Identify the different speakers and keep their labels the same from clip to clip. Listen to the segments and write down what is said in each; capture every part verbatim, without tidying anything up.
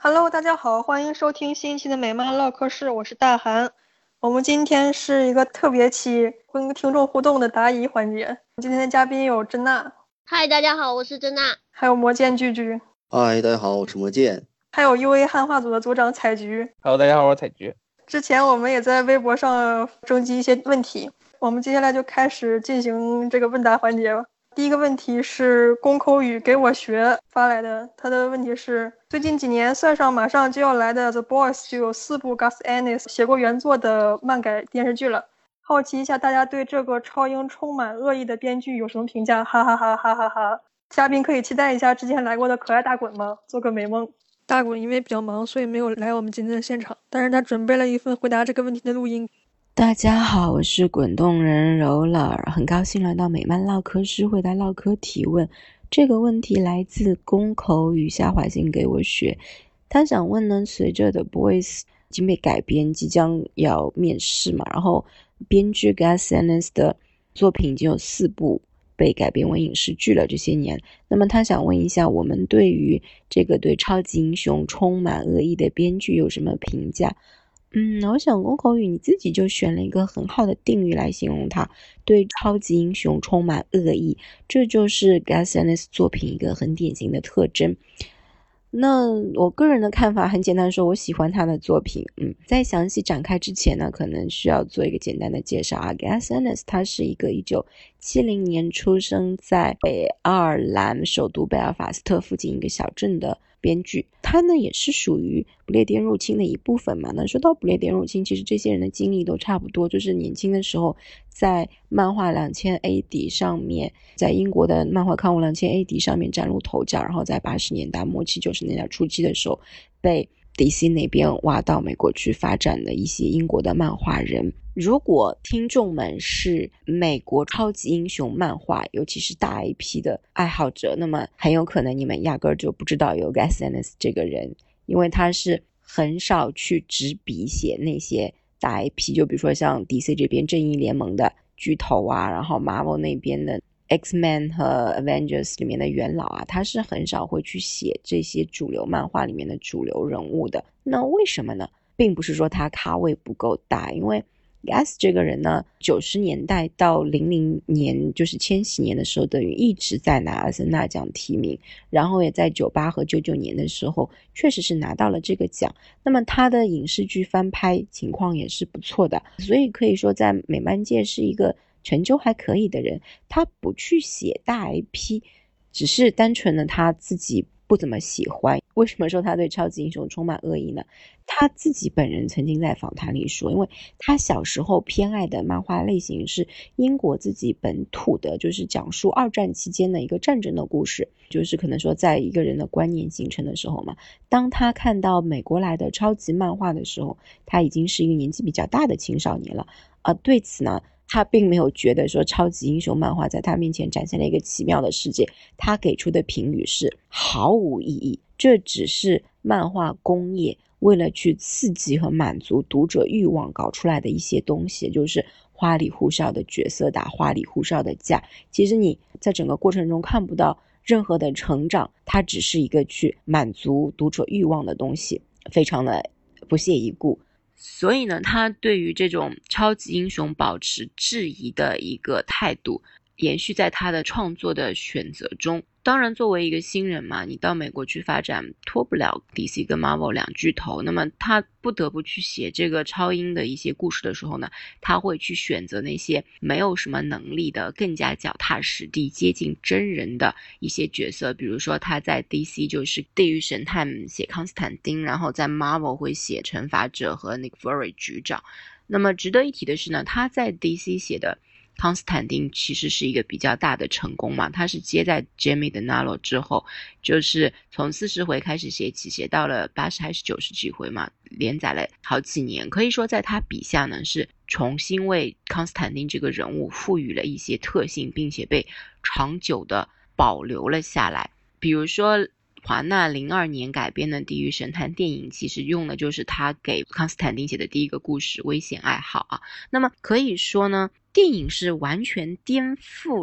Speaker 1: Hello，大家好，欢迎收听新一期的美漫唠嗑室，我是大韩。我们今天是一个特别期，跟听众互动的答疑环节。今天的嘉宾有珍娜，
Speaker 2: 嗨，大家好，我是珍娜。
Speaker 1: 还有魔剑居居，
Speaker 3: 嗨，大家好，我是魔剑。
Speaker 1: 还有 U A 汉化组的组长采菊。
Speaker 4: Hello，大家好，我是采菊。
Speaker 1: 之前我们也在微博上征集一些问题，我们接下来就开始进行这个问答环节吧。第一个问题是宫口宇给我学发来的，他的问题是：最近几年，算上马上就要来的《The Boys》，就有四部 Gus Ennis 写过原作的漫改电视剧了。好奇一下，大家对这个超英充满恶意的编剧有什么评价？哈哈哈哈哈哈！嘉宾可以期待一下之前来过的可爱大滚吗？做个美梦。大滚因为比较忙，所以没有来我们今天的现场，但是他准备了一份回答这个问题的录音。
Speaker 5: 大家好，我是滚动人柔了，很高兴来到美漫唠嗑室回答唠嗑提问。这个问题来自宫口与下滑信给我学，他想问呢，随着 The Boys 已经被改编，即将要面世嘛，然后编剧 Gus Ennis 的作品已经有四部被改编为影视剧了，这些年。那么他想问一下，我们对于这个对超级英雄充满恶意的编剧有什么评价？嗯，我想宫口宇你自己就选了一个很好的定语来形容他，对超级英雄充满恶意，这就是 Gus Ennis 作品一个很典型的特征。那我个人的看法很简单说，我喜欢他的作品。嗯，在详细展开之前呢，可能需要做一个简单的介绍啊。Gus Ennis 他是一个一九七零年出生在北爱尔兰首都贝尔法斯特附近一个小镇的编剧，他呢也是属于不列颠入侵的一部分嘛。那说到不列颠入侵，其实这些人的经历都差不多，就是年轻的时候在漫画两千 A D 上面，在英国的漫画刊物两千 A D 上面崭露头角，然后在八十年代末期九十年代初期的时候被 D C 那边挖到美国去发展的一些英国的漫画人。如果听众们是美国超级英雄漫画，尤其是大 I P 的爱好者，那么很有可能你们压根儿就不知道有 Gus Ennis 这个人，因为他是很少去执笔写那些大 I P， 就比如说像 D C 这边正义联盟的巨头啊，然后 Marvel 那边的 X-Men 和 Avengers 里面的元老啊，他是很少会去写这些主流漫画里面的主流人物的。那为什么呢？并不是说他咖位不够大，因为Gus 这个人呢，九十年代到零零年，就是千禧年的时候，等于一直在拿艾森纳奖提名，然后也在九八和九九年的时候，确实是拿到了这个奖。那么他的影视剧翻拍情况也是不错的，所以可以说在美漫界是一个成就还可以的人。他不去写大 I P， 只是单纯的他自己不怎么喜欢。为什么说他对超级英雄充满恶意呢？他自己本人曾经在访谈里说，因为他小时候偏爱的漫画类型是英国自己本土的，就是讲述二战期间的一个战争的故事，就是可能说在一个人的观念形成的时候嘛，当他看到美国来的超级漫画的时候，他已经是一个年纪比较大的青少年了。呃，对此呢，他并没有觉得说超级英雄漫画在他面前展现了一个奇妙的世界，他给出的评语是毫无意义，这只是漫画工业为了去刺激和满足读者欲望搞出来的一些东西，就是花里胡哨的角色打花里胡哨的架，其实你在整个过程中看不到任何的成长，它只是一个去满足读者欲望的东西，非常的不屑一顾。所以呢，他对于这种超级英雄保持质疑的一个态度，延续在他的创作的选择中。当然作为一个新人嘛，你到美国去发展脱不了 D C 跟 Marvel 两巨头，那么他不得不去写这个超英的一些故事的时候呢，他会去选择那些没有什么能力的更加脚踏实地接近真人的一些角色。比如说他在 D C 就是地狱神探写康斯坦丁，然后在 Marvel 会写惩罚者和 Nick Fury 局长。那么值得一提的是呢，他在 D C 写的康斯坦丁其实是一个比较大的成功嘛，他是接在 Jamie Denalo 之后，就是从四十回开始写起，写到了八十还是九十几回嘛，连载了好几年。可以说在他笔下呢，是重新为康斯坦丁这个人物赋予了一些特性，并且被长久的保留了下来。比如说华纳零二年改编的《地狱神探》电影，其实用的就是他给康斯坦丁写的第一个故事《危险爱好》啊。那么可以说呢，电影是完全颠覆了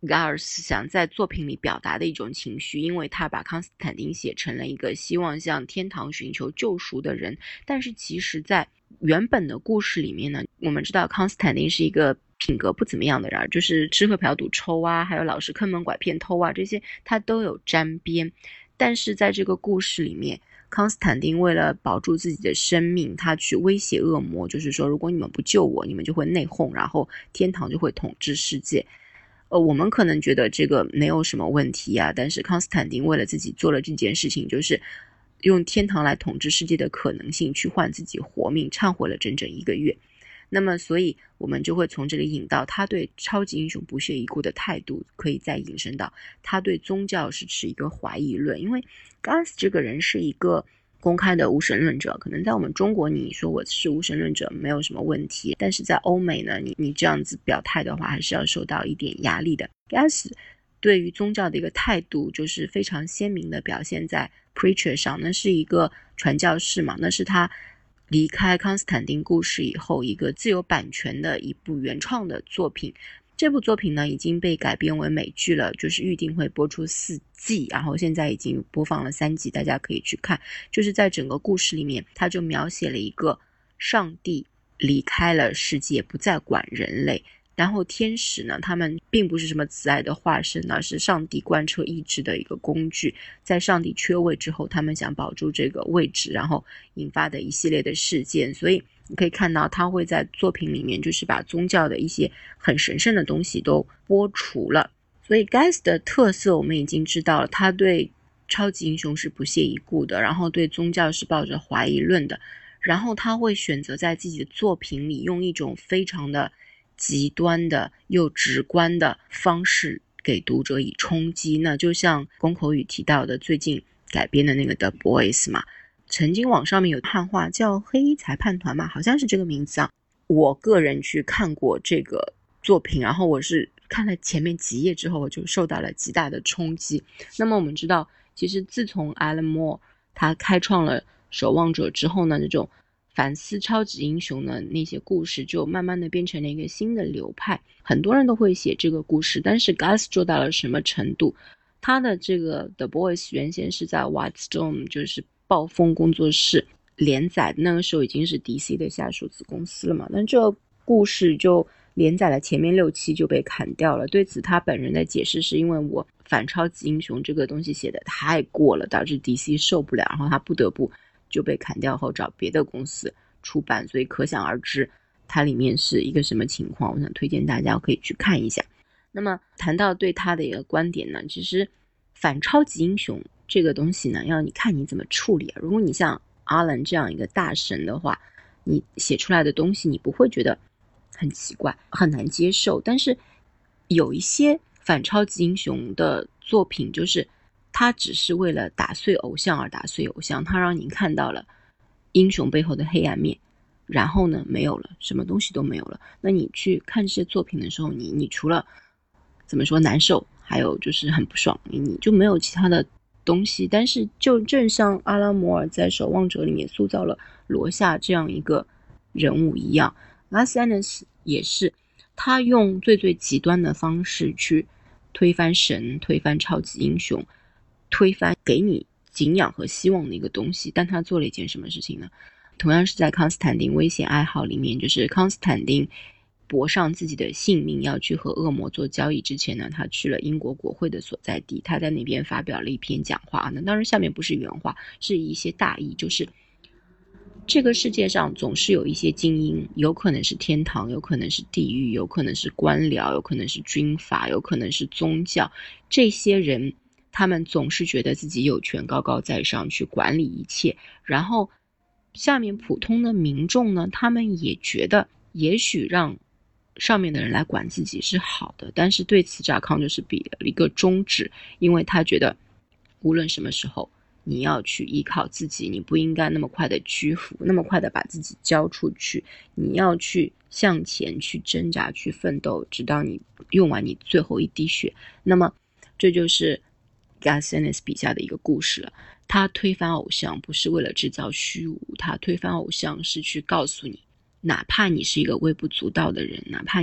Speaker 5: 嘎尔斯想在作品里表达的一种情绪，因为他把康斯坦丁写成了一个希望向天堂寻求救赎的人，但是其实在原本的故事里面呢，我们知道康斯坦丁是一个品格不怎么样的人，就是吃喝嫖赌抽啊，还有老是坑蒙拐骗偷啊，这些他都有沾边。但是在这个故事里面，康斯坦丁为了保住自己的生命，他去威胁恶魔，就是说如果你们不救我，你们就会内讧，然后天堂就会统治世界。呃，我们可能觉得这个没有什么问题啊，但是康斯坦丁为了自己做了这件事情，就是用天堂来统治世界的可能性去换自己活命，忏悔了整整一个月。那么所以我们就会从这里引到他对超级英雄不屑一顾的态度，可以再引申到他对宗教是持一个怀疑论。因为 Gus 这个人是一个公开的无神论者，可能在我们中国你说我是无神论者没有什么问题，但是在欧美呢，你你这样子表态的话还是要受到一点压力的。Gus 对于宗教的一个态度就是非常鲜明的表现在 Preacher 上，那是一个传教士嘛，那是他离开康斯坦丁故事以后一个自有版权的一部原创的作品。这部作品呢已经被改编为美剧了，就是预定会播出四季，然后现在已经播放了三集，大家可以去看。就是在整个故事里面，他就描写了一个上帝离开了世界，不再管人类，然后天使呢，他们并不是什么慈爱的化身，而是上帝贯彻意志的一个工具。在上帝缺位之后，他们想保住这个位置，然后引发的一系列的事件。所以你可以看到他会在作品里面就是把宗教的一些很神圣的东西都剥除了。所以 Guys 的特色我们已经知道了，他对超级英雄是不屑一顾的，然后对宗教是抱着怀疑论的，然后他会选择在自己的作品里用一种非常的极端的又直观的方式给读者以冲击。那就像宫口宇提到的最近改编的那个 The Boys 嘛，曾经网上面有汉化叫黑衣裁判团嘛，好像是这个名字啊。我个人去看过这个作品，然后我是看了前面几页之后，我就受到了极大的冲击。那么我们知道其实自从 Alan Moore 他开创了守望者之后呢，这种反思超级英雄呢那些故事就慢慢的变成了一个新的流派，很多人都会写这个故事。但是 Gus 做到了什么程度，他的这个 The Boys 原先是在 Wildstorm 就是暴风工作室连载，那个时候已经是 D C 的下属子公司了嘛，那这个故事就连载了前面六期就被砍掉了。对此他本人的解释是因为我反超级英雄这个东西写的太过了，导致 D C 受不了，然后他不得不就被砍掉后找别的公司出版，所以可想而知它里面是一个什么情况，我想推荐大家可以去看一下。那么谈到对他的一个观点呢，其实反超级英雄这个东西呢要你看你怎么处理。如果你像阿伦这样一个大神的话，你写出来的东西你不会觉得很奇怪很难接受，但是有一些反超级英雄的作品就是他只是为了打碎偶像而打碎偶像，他让你看到了英雄背后的黑暗面，然后呢没有了，什么东西都没有了。那你去看这些作品的时候，你你除了怎么说难受，还有就是很不爽，你你就没有其他的东西。但是就正像阿拉摩尔在守望者里面塑造了罗夏这样一个人物一样，拉斯安德斯也是他用最最极端的方式去推翻神，推翻超级英雄，推翻给你敬仰和希望的一个东西。但他做了一件什么事情呢？同样是在康斯坦丁危险爱好里面，就是康斯坦丁搏上自己的性命要去和恶魔做交易之前呢，他去了英国国会的所在地，他在那边发表了一篇讲话。那当然下面不是原话，是一些大意，就是这个世界上总是有一些精英，有可能是天堂，有可能是地狱，有可能是官僚，有可能是军阀，有可能是宗教。这些人他们总是觉得自己有权高高在上去管理一切，然后下面普通的民众呢，他们也觉得也许让上面的人来管自己是好的。但是对此扎康就是比了一个中指，因为他觉得无论什么时候你要去依靠自己，你不应该那么快的屈服，那么快的把自己交出去，你要去向前去挣扎去奋斗，直到你用完你最后一滴血。那么这就是 Garth Ennis 笔下的一个故事了。他推翻偶像不是为了制造虚无，他推翻偶像是去告诉你，哪怕你是一个微不足道的人，哪怕你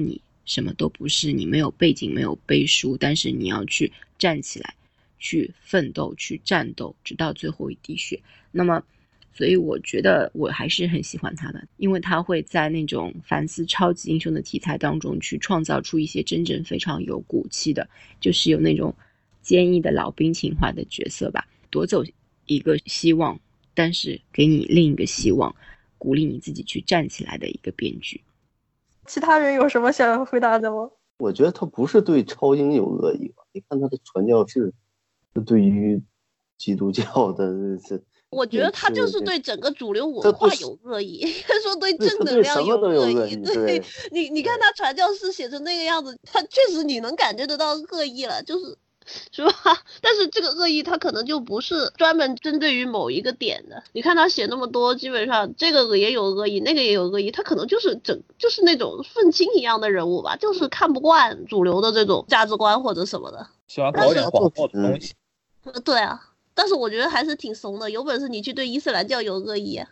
Speaker 5: 什么都不是，你没有背景，没有背书，但是你要去站起来，去奋斗，去战斗，直到最后一滴血。那么所以我觉得我还是很喜欢他的，因为他会在那种反思超级英雄的题材当中去创造出一些真正非常有骨气的，就是有那种坚毅的老兵情怀的角色吧，夺走一个希望，但是给你另一个希望，鼓励你自己去站起来的一个编剧。
Speaker 1: 其他人有什么想要回答的吗？
Speaker 3: 我觉得他不是对超英有恶意吧？你看他的传教士，对于基督教的这，
Speaker 2: 我觉得他就是对整个主流文化有恶意，应该说对正能量
Speaker 3: 有
Speaker 2: 恶
Speaker 3: 意。
Speaker 2: 对，你你看他传教士写成那个样子，他确实你能感觉得到恶意了，就是是吧？但是这个恶意他可能就不是专门针对于某一个点的。你看他写那么多，基本上这个也有恶意，那个也有恶意，他可能就是整就是那种愤青一样的人物吧，就是看不惯主流的这种价值观或者什么的，
Speaker 4: 喜欢搞点黄暴的东西。
Speaker 2: 嗯，对啊。但是我觉得还是挺怂的，有本事你去对伊斯兰教有恶意啊。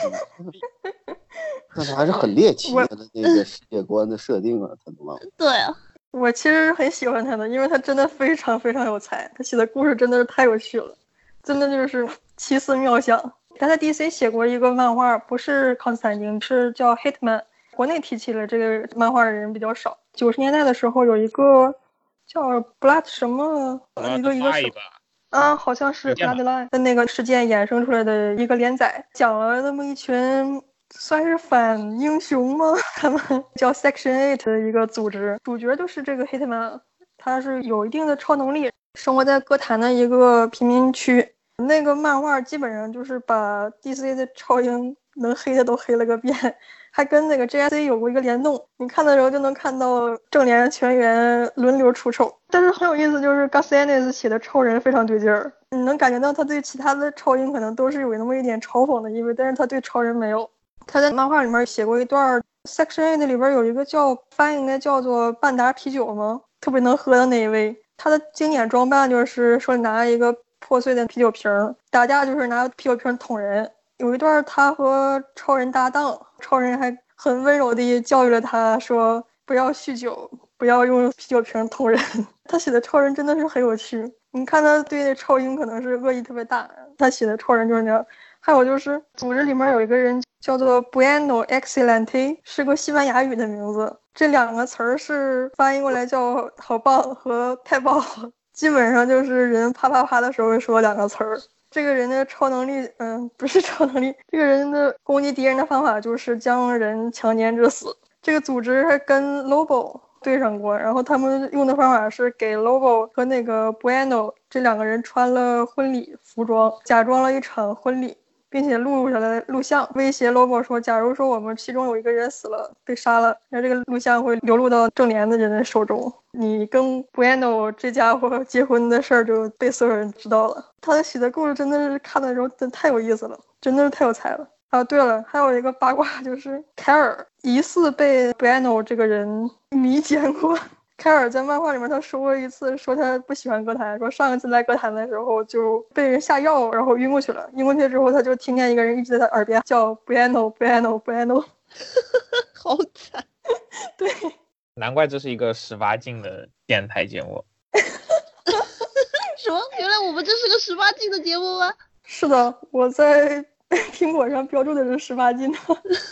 Speaker 3: 但是还是很猎奇的那个世界观的设定啊，他的
Speaker 2: 对啊，
Speaker 1: 我其实很喜欢他的，因为他真的非常非常有才，他写的故事真的是太有趣了，真的就是奇思妙想。他在 D C 写过一个漫画，不是康斯坦丁，是叫 Hitman。国内提起了这个漫画的人比较少。九十年代的时候有一个叫 Blood 什么一个一个手啊，好像是 Bloodline 的那个事件衍生出来的一个连载，讲了那么一群算是反英雄吗？他们叫 Section eight 的一个组织，主角就是这个 Hitman， 他是有一定的超能力，生活在哥谭的一个贫民区。那个漫画基本上就是把 D C 的超英能黑的都黑了个遍，还跟那个 J S A 有过一个联动，你看的时候就能看到正联全员轮流出丑。但是很有意思，就是 Garcenis 写的超人非常对劲儿，你能感觉到他对其他的超英可能都是有那么一点嘲讽的意味，但是他对超人没有。他在漫画里面写过一段 Section eight 里边有一个叫翻译应该叫做半打啤酒吗，特别能喝的那一位，他的经典装扮就是说拿一个破碎的啤酒瓶，打架就是拿啤酒瓶捅人。有一段他和超人搭档，超人还很温柔地教育了他说不要酗酒，不要用啤酒瓶捅人。他写的超人真的是很有趣，你看他对那超英可能是恶意特别大，他写的超人就是那样。还有就是组织里面有一个人叫做 Bueno Excelente， 是个西班牙语的名字，这两个词儿是翻译过来叫好棒和太棒，基本上就是人啪啪啪的时候说两个词儿。这个人的超能力嗯，不是超能力，这个人的攻击敌人的方法就是将人强奸致死。这个组织还跟 Lobo 对上过，然后他们用的方法是给 Lobo 和那个 Bueno 这两个人穿了婚礼服装，假装了一场婚礼，并且录下来录像，威胁 Lobo 说假如说我们其中有一个人死了被杀了，那这个录像会流露到正联的人的手中，你跟 Bueno 这家伙结婚的事儿就被所有人知道了。他写的故事真的是看的时候真太有意思了，真的是太有才了啊！对了，还有一个八卦就是凯尔疑似被 Bueno 这个人迷奸过。凯尔在漫画里面他说过一次，说他不喜欢歌坛，说上一次来歌坛的时候就被人下药，然后晕过去了。晕过去之后，他就听见一个人一直在他耳边叫 Bueno Bueno Bueno，
Speaker 2: 好惨。
Speaker 1: 对，
Speaker 4: 难怪这是一个十八禁的电台节目。
Speaker 2: 什么？原来我们这是个十八禁的节目吗？
Speaker 1: 是的，我在苹果上标注的是十八禁的。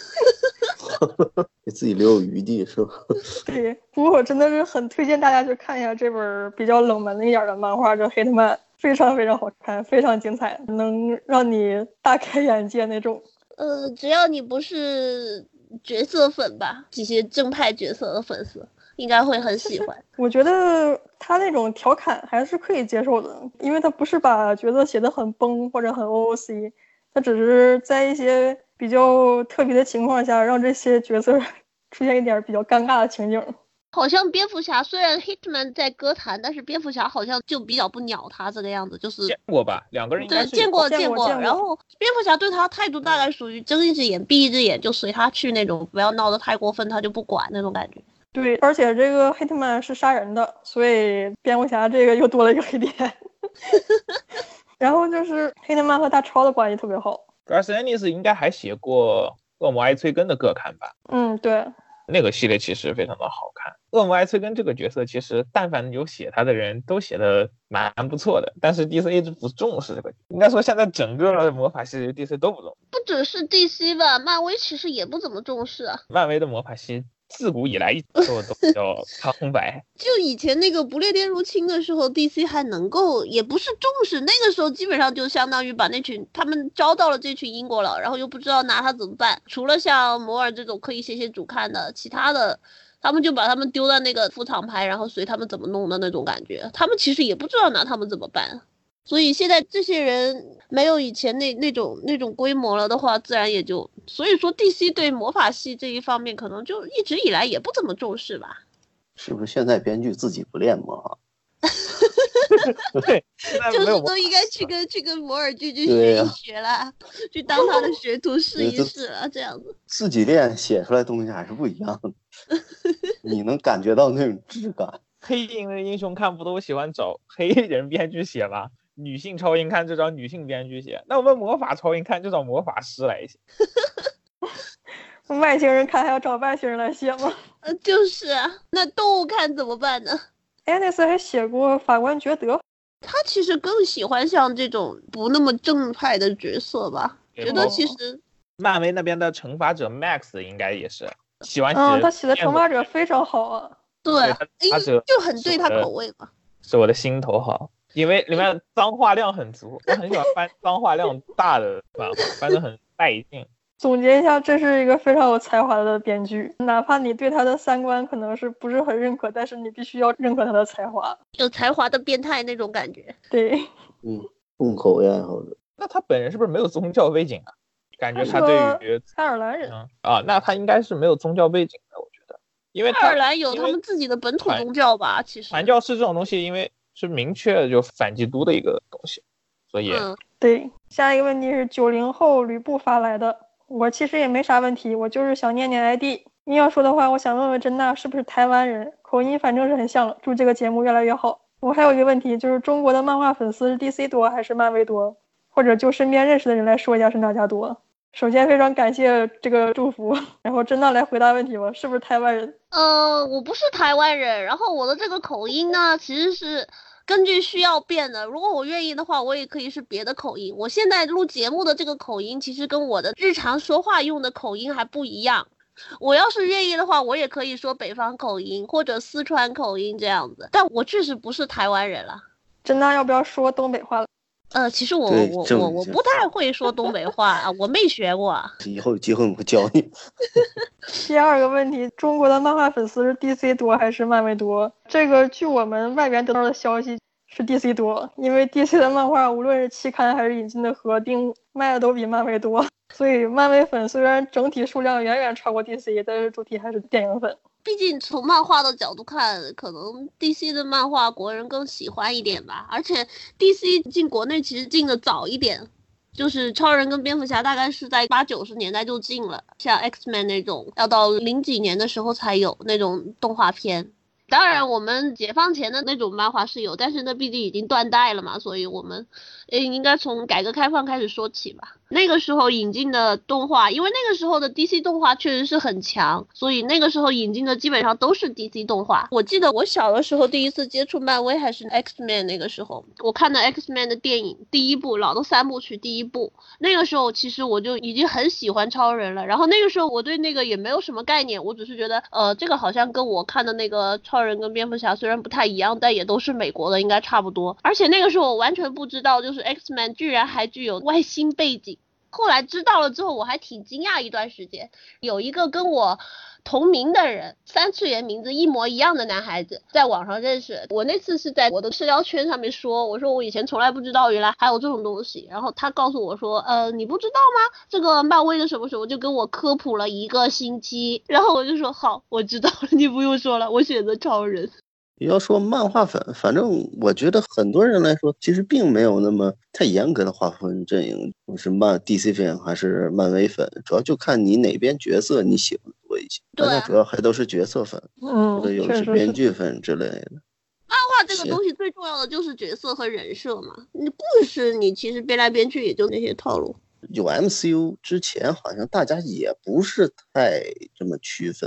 Speaker 3: 给自己留有余地是吧？
Speaker 1: 对，不过我真的是很推荐大家去看一下这本比较冷门的一点的漫画，叫《黑特曼》，非常非常好看，非常精彩，能让你大开眼界那种。
Speaker 2: 呃，只要你不是角色粉吧，这些正派角色的粉丝应该会很喜欢。
Speaker 1: 我觉得他那种调侃还是可以接受的，因为他不是把角色写得很崩或者很 O O C， 他只是在一些比较特别的情况下让这些角色出现一点比较尴尬的情景。
Speaker 2: 好像蝙蝠侠虽然 Hitman 在歌坛，但是蝙蝠侠好像就比较不鸟他这个样子，就是
Speaker 4: 见过吧，两个人应该
Speaker 2: 对见过
Speaker 1: 见过见过。
Speaker 2: 然后蝙蝠侠对他态度大概属于睁一只眼闭一只眼，就随他去那种，不要闹得太过分，他就不管那种感觉。
Speaker 1: 对，而且这个黑特曼是杀人的，所以蝙蝠侠这个又多了一个黑点。然后就是黑特曼和大超的关系特别好。
Speaker 4: Garcenis 应该还写过恶魔艾崔根的个刊吧？
Speaker 1: 嗯，对。
Speaker 4: 那个系列其实非常的好看。恶魔艾崔根这个角色其实但凡有写他的人都写的蛮不错的，但是 D C 一直不重视这个，应该说现在整个魔法系列 D C 都不重视。
Speaker 2: 不只是 D C 吧，漫威其实也不怎么重视啊。
Speaker 4: 漫威的魔法系自古以来一直都都比较看红白。
Speaker 2: 就以前那个不列颠入侵的时候 D C 还能够也不是重视，那个时候基本上就相当于把那群他们招到了这群英国佬，然后又不知道拿他怎么办，除了像摩尔这种可以写写主看的，其他的他们就把他们丢在那个副厂牌，然后随他们怎么弄的那种感觉，他们其实也不知道拿他们怎么办。所以现在这些人没有以前那那种那种规模了的话，自然也就，所以说 D C 对魔法系这一方面可能就一直以来也不怎么重视吧。
Speaker 3: 是不是现在编剧自己不练魔法？
Speaker 4: 对，
Speaker 2: 就是都应该去跟去跟摩尔剧去学一学啦，啊、去当他的学徒试一试了，这样子。
Speaker 3: 自己练写出来东西还是不一样的，你能感觉到那种质感。
Speaker 4: 黑鹰的英雄看不都喜欢找黑人编剧写吗？女性超英看就找女性编剧写，那我们魔法超英看就找魔法师来写。
Speaker 1: 外星人看还要找外星人来写吗？
Speaker 2: 呃，就是啊，那动物看怎么办呢？
Speaker 1: 艾内斯还写过法官爵德，
Speaker 2: 他其实更喜欢像这种不那么正派的角色吧。觉得其实
Speaker 4: 漫威那边的惩罚者 Max 应该也是喜欢写，
Speaker 1: 嗯，他写的惩罚者非常好啊。
Speaker 2: 对，就很对他口味嘛。
Speaker 4: 是我的心头好，因为里面脏话量很足，我很喜欢翻脏话量大的漫画，翻得很带劲。
Speaker 1: 总结一下，这是一个非常有才华的编剧，哪怕你对他的三观可能是不是很认可，但是你必须要认可他的才华，
Speaker 2: 有才华的变态那种感觉。
Speaker 1: 对，
Speaker 3: 嗯，重口味爱好者。
Speaker 4: 那他本人是不是没有宗教背景啊？感觉他对于
Speaker 1: 爱尔兰人、
Speaker 4: 嗯、啊，那他应该是没有宗教背景的，我觉得，因为
Speaker 2: 爱尔兰有他们自己的本土宗教吧。其实
Speaker 4: 传教士这种东西，因为是明确就反基督的一个东西，所以、
Speaker 2: 嗯、
Speaker 1: 对。下一个问题是九零后吕布发来的。我其实也没啥问题，我就是想念念 I D。你要说的话，我想问问珍娜是不是台湾人，口音反正是很像了。祝这个节目越来越好。我还有一个问题，就是中国的漫画粉丝是 D C 多还是漫威多？或者就身边认识的人来说一下是哪家多？首先非常感谢这个祝福，然后珍娜来回答问题吧，是不是台湾人？
Speaker 2: 呃，我不是台湾人，然后我的这个口音呢，其实是根据需要变的，如果我愿意的话，我也可以是别的口音。我现在录节目的这个口音，其实跟我的日常说话用的口音还不一样。我要是愿意的话，我也可以说北方口音或者四川口音这样子。但我确实不是台湾人了。
Speaker 1: 珍娜要不要说东北话了？
Speaker 2: 呃，其实我我我我不太会说东北话啊，我没学过。
Speaker 3: 以后有机会我教你。
Speaker 1: 第二个问题，中国的漫画粉丝是 D C 多还是漫威多？这个据我们外援得到的消息是 D C 多，因为 D C 的漫画无论是期刊还是引进的合订卖的都比漫威多，所以漫威粉虽然整体数量远远超过 D C， 但是主体还是电影粉。
Speaker 2: 毕竟从漫画的角度看，可能 D C 的漫画国人更喜欢一点吧，而且 D C 进国内其实进的早一点，就是超人跟蝙蝠侠大概是在八九十年代就进了，像 X-Men 那种要到零几年的时候才有那种动画片。当然我们解放前的那种漫画是有，但是那毕竟已经断代了嘛，所以我们应该从改革开放开始说起吧。那个时候引进的动画，因为那个时候的 D C 动画确实是很强，所以那个时候引进的基本上都是 D C 动画。我记得我小的时候第一次接触漫威还是 X-Men， 那个时候我看的 X-Men 的电影第一部，老的三部曲第一部，那个时候其实我就已经很喜欢超人了，然后那个时候我对那个也没有什么概念，我只是觉得呃这个好像跟我看的那个超人跟蝙蝠侠虽然不太一样，但也都是美国的，应该差不多。而且那个时候我完全不知道就是 X-Men 居然还具有外星背景，后来知道了之后我还挺惊讶一段时间。有一个跟我同名的人，三次元名字一模一样的男孩子，在网上认识。我那次是在我的社交圈上面说，我说我以前从来不知道原来还有这种东西，然后他告诉我说呃你不知道吗，这个漫威的什么什么，就跟我科普了一个星期，然后我就说好，我知道了，你不用说了，我选择超人。
Speaker 3: 要说漫画粉，反正我觉得很多人来说其实并没有那么太严格的划分阵营，是漫 D C 粉还是漫威粉，主要就看你哪边角色你喜欢多一些。大家主要还都是角色粉，
Speaker 1: 嗯，
Speaker 3: 或者有的是编剧粉之类的。
Speaker 2: 漫画这个东西最重要的就是角色和人设嘛，你故事你其实编来编去也就那些套路。
Speaker 3: 有 M C U 之前好像大家也不是太这么区分，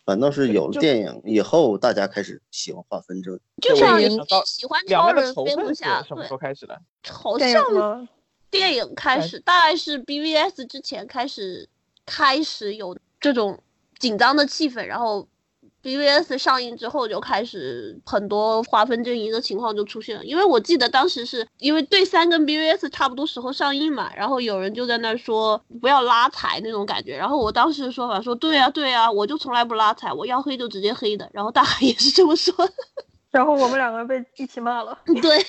Speaker 3: 反倒是有了电影以后，大家开始喜欢划分正。
Speaker 2: 就像以前
Speaker 4: 想到
Speaker 2: 喜欢
Speaker 4: 两
Speaker 2: 超人、
Speaker 4: 边的仇
Speaker 2: 蝙蝠
Speaker 4: 恨是
Speaker 2: 侠，
Speaker 4: 什么
Speaker 2: 对，
Speaker 4: 时候开始的？
Speaker 2: 好
Speaker 1: 电
Speaker 2: 像
Speaker 1: 影吗？
Speaker 2: 电影开始，大概是 B V S 之前开始开始有这种紧张的气氛，然后 B V S 上映之后就开始很多划分阵营的情况就出现了。因为我记得当时是因为对三跟 B V S 差不多时候上映嘛，然后有人就在那说不要拉踩那种感觉，然后我当时的说法说对啊对啊，我就从来不拉踩，我要黑就直接黑的，然后大海也是这么说。
Speaker 1: 然后我们两个被一起骂了。
Speaker 2: 对，我们明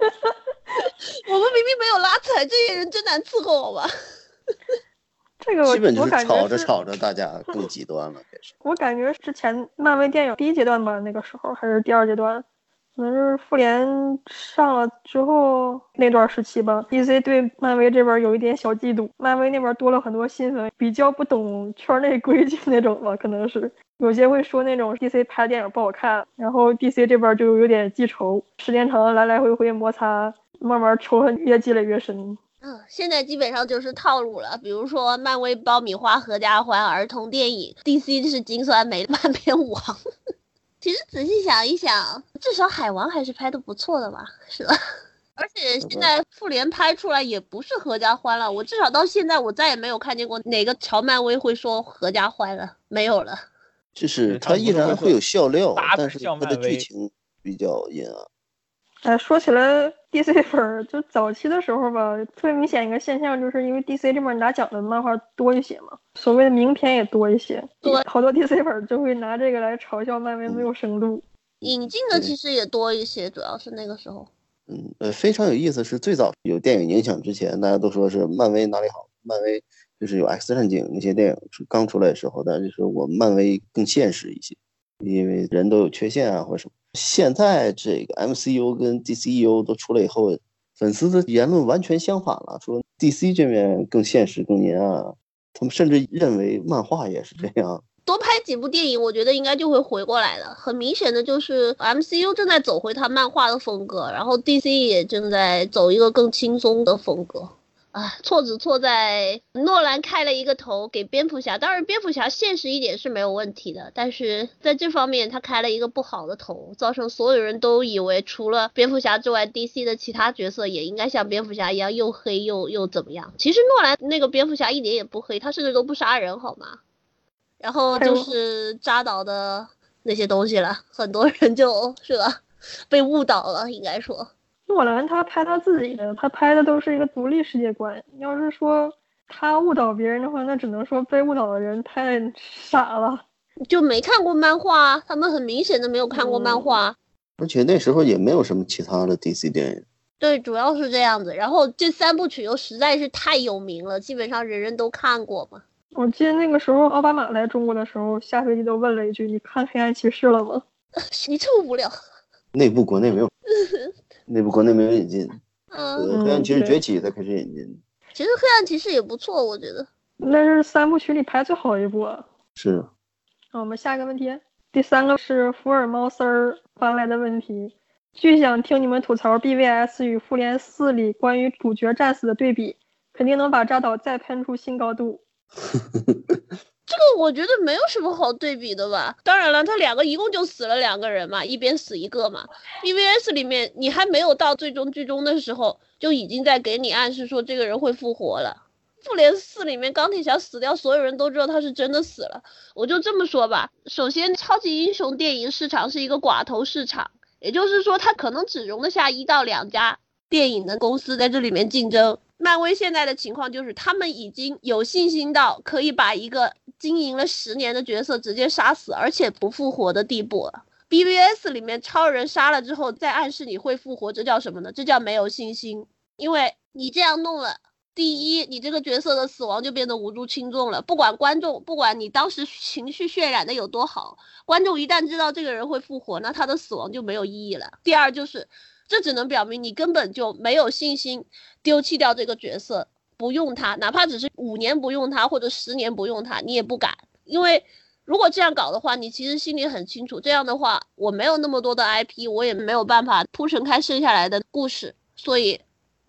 Speaker 2: 明没有拉踩，这些人真难伺候，好吧？
Speaker 1: 这个我
Speaker 3: 基本就是
Speaker 1: 我感觉
Speaker 3: 吵着
Speaker 1: 是
Speaker 3: 吵着，大家更极端了，开始。
Speaker 1: 我感觉之前漫威电影第一阶段吧，那个时候还是第二阶段，可能是复联上了之后那段时期吧。D C 对漫威这边有一点小嫉妒，漫威那边多了很多新粉，比较不懂圈内规矩那种吧，可能是有些会说那种 D C 拍电影不好看，然后 D C 这边就有点记仇，时间长了来来回回摩擦，慢慢仇恨越积累越深。
Speaker 2: 嗯，现在基本上就是套路了，比如说漫威爆米花合家欢儿童电影 ，D C 是金酸梅漫片王。其实仔细想一想，至少海王还是拍的不错的嘛，是吧？而且现在复联拍出来也不是合家欢了，我至少到现在我再也没有看见过哪个乔漫威会说合家欢了，没有了。
Speaker 3: 就是它依然会有笑料，但是它的
Speaker 4: 笑漫威
Speaker 3: 剧情比较阴暗。
Speaker 1: 哎，说起来 D C 粉儿，就早期的时候吧，特别明显一个现象，就是因为 D C 这边拿奖的漫画多一些嘛，所谓的名片也多一些，
Speaker 2: 对，
Speaker 1: 好多 D C 粉儿就会拿这个来嘲笑漫威没有深度。
Speaker 2: 引进的其实也多一些，主要是那个时候。
Speaker 3: 嗯，呃，非常有意思是最早有电影影响之前，大家都说是漫威哪里好，漫威就是有 X 战警那些电影是刚出来的时候，但就是我们漫威更现实一些，因为人都有缺陷啊或者什么。现在这个 M C U 跟 D C E U 都出来以后，粉丝的言论完全相反了，说 D C 这边更现实更阴暗，他们甚至认为漫画也是这样。
Speaker 2: 多拍几部电影，我觉得应该就会回过来的。很明显的就是 M C U 正在走回他漫画的风格，然后 D C 也正在走一个更轻松的风格。啊，错只错在诺兰开了一个头给蝙蝠侠，当然蝙蝠侠现实一点是没有问题的，但是在这方面他开了一个不好的头，造成所有人都以为除了蝙蝠侠之外 D C 的其他角色也应该像蝙蝠侠一样又黑又又怎么样。其实诺兰那个蝙蝠侠一点也不黑，他甚至都不杀人好吗？然后就是扎导的那些东西了，很多人就是吧被误导了，应该说
Speaker 1: 诺兰他拍他自己的，他拍的都是一个独立世界观。要是说他误导别人的话，那只能说被误导的人太傻了，
Speaker 2: 就没看过漫画，他们很明显的没有看过漫画。嗯、
Speaker 3: 而且那时候也没有什么其他的 D C 电影。
Speaker 2: 对，主要是这样子。然后这三部曲又实在是太有名了，基本上人人都看过嘛。
Speaker 1: 我记得那个时候奥巴马来中国的时候，下飞机都问了一句：“你看黑暗骑士了吗？”
Speaker 2: 谁这么无聊？
Speaker 3: 内部国内没有。内部国内没有引进，
Speaker 2: 嗯，
Speaker 3: 呃，黑暗骑士崛起才开始引进。
Speaker 2: 其实黑暗骑士也不错，我觉得。
Speaker 1: 那是三部曲里排最好一部啊。
Speaker 3: 是。
Speaker 1: 好，我们下一个问题，第三个是福尔摩斯儿发来的问题，巨想听你们吐槽 B V S 与复联四里关于主角战死的对比，肯定能把扎导再喷出新高度。
Speaker 2: 这个我觉得没有什么好对比的吧，当然了，他两个一共就死了两个人嘛，一边死一个嘛。B V S 里面你还没有到最终剧中的时候，就已经在给你暗示说这个人会复活了。复联四里面钢铁侠死掉，所有人都知道他是真的死了。我就这么说吧，首先超级英雄电影市场是一个寡头市场，也就是说他可能只容得下一到两家电影的公司在这里面竞争。漫威现在的情况就是他们已经有信心到可以把一个经营了十年的角色直接杀死而且不复活的地步了。 B V S 里面超人杀了之后再暗示你会复活，这叫什么呢？这叫没有信心。因为你这样弄了，第一，你这个角色的死亡就变得无足轻重了，不管观众，不管你当时情绪渲染的有多好，观众一旦知道这个人会复活，那他的死亡就没有意义了。第二就是这只能表明你根本就没有信心丢弃掉这个角色，不用他，哪怕只是五年不用他或者十年不用他，你也不敢。因为如果这样搞的话，你其实心里很清楚，这样的话我没有那么多的 I P， 我也没有办法铺陈开剩下来的故事，所以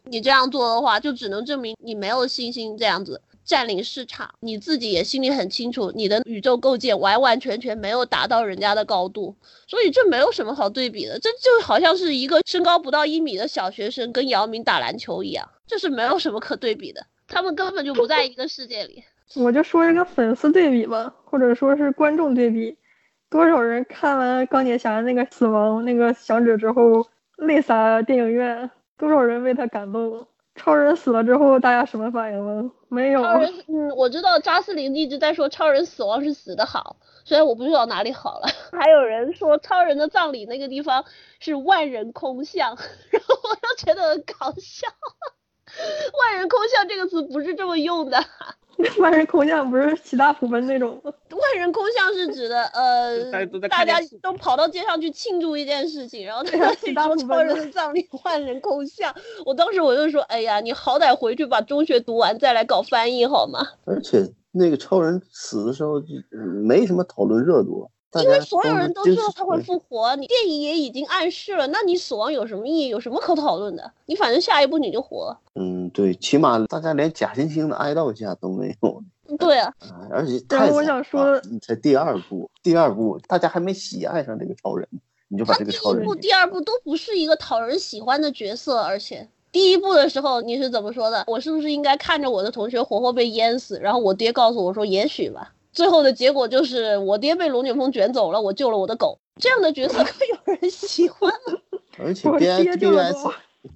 Speaker 2: 你这样做的话，就只能证明你没有信心这样子占领市场，你自己也心里很清楚，你的宇宙构建完完全全没有达到人家的高度，所以这没有什么好对比的，这就好像是一个身高不到一米的小学生跟姚明打篮球一样，这是没有什么可对比的，他们根本就不在一个世界里。
Speaker 1: 我就说一个粉丝对比吧，或者说是观众对比，多少人看完钢铁侠那个死亡那个响指之后泪洒电影院，多少人为他感动。超人死了之后大家什么反应吗？没有。
Speaker 2: 超人，嗯，我知道扎斯林一直在说超人死亡是死的好，虽然我不知道哪里好了。还有人说超人的葬礼那个地方是万人空巷，然后我就觉得很搞笑。万人空巷这个词不是这么用的。
Speaker 1: 万人空巷不是七大普奔那种吗？
Speaker 2: 万人空巷是指的呃，大家都跑到街上去庆祝一件事情，然后大家说超人的葬礼万人空巷。我当时我就说，哎呀，你好歹回去把中学读完再来搞翻译好吗？
Speaker 3: 而且那个超人死的时候没什么讨论热度，
Speaker 2: 因为所有人都知道他会复活，你电影也已经暗示了，那你死亡有什么意义？有什么可讨论的？你反正下一步你就活。
Speaker 3: 嗯，对，起码大家连假惺惺的哀悼一下都没有。
Speaker 2: 对啊，
Speaker 3: 啊而且太
Speaker 1: 我想说，
Speaker 3: 你才第二部，第二部大家还没喜爱上这个超人，你就把这个超人。
Speaker 2: 他第一部、第二部都不是一个讨人喜欢的角色，而且第一部的时候你是怎么说的？我是不是应该看着我的同学活活被淹死？然后我爹告诉我说，也许吧。最后的结果就是我爹被龙卷风卷走了，我救了我的狗。这样的角色可有人喜欢吗？
Speaker 3: 而且 B I B S，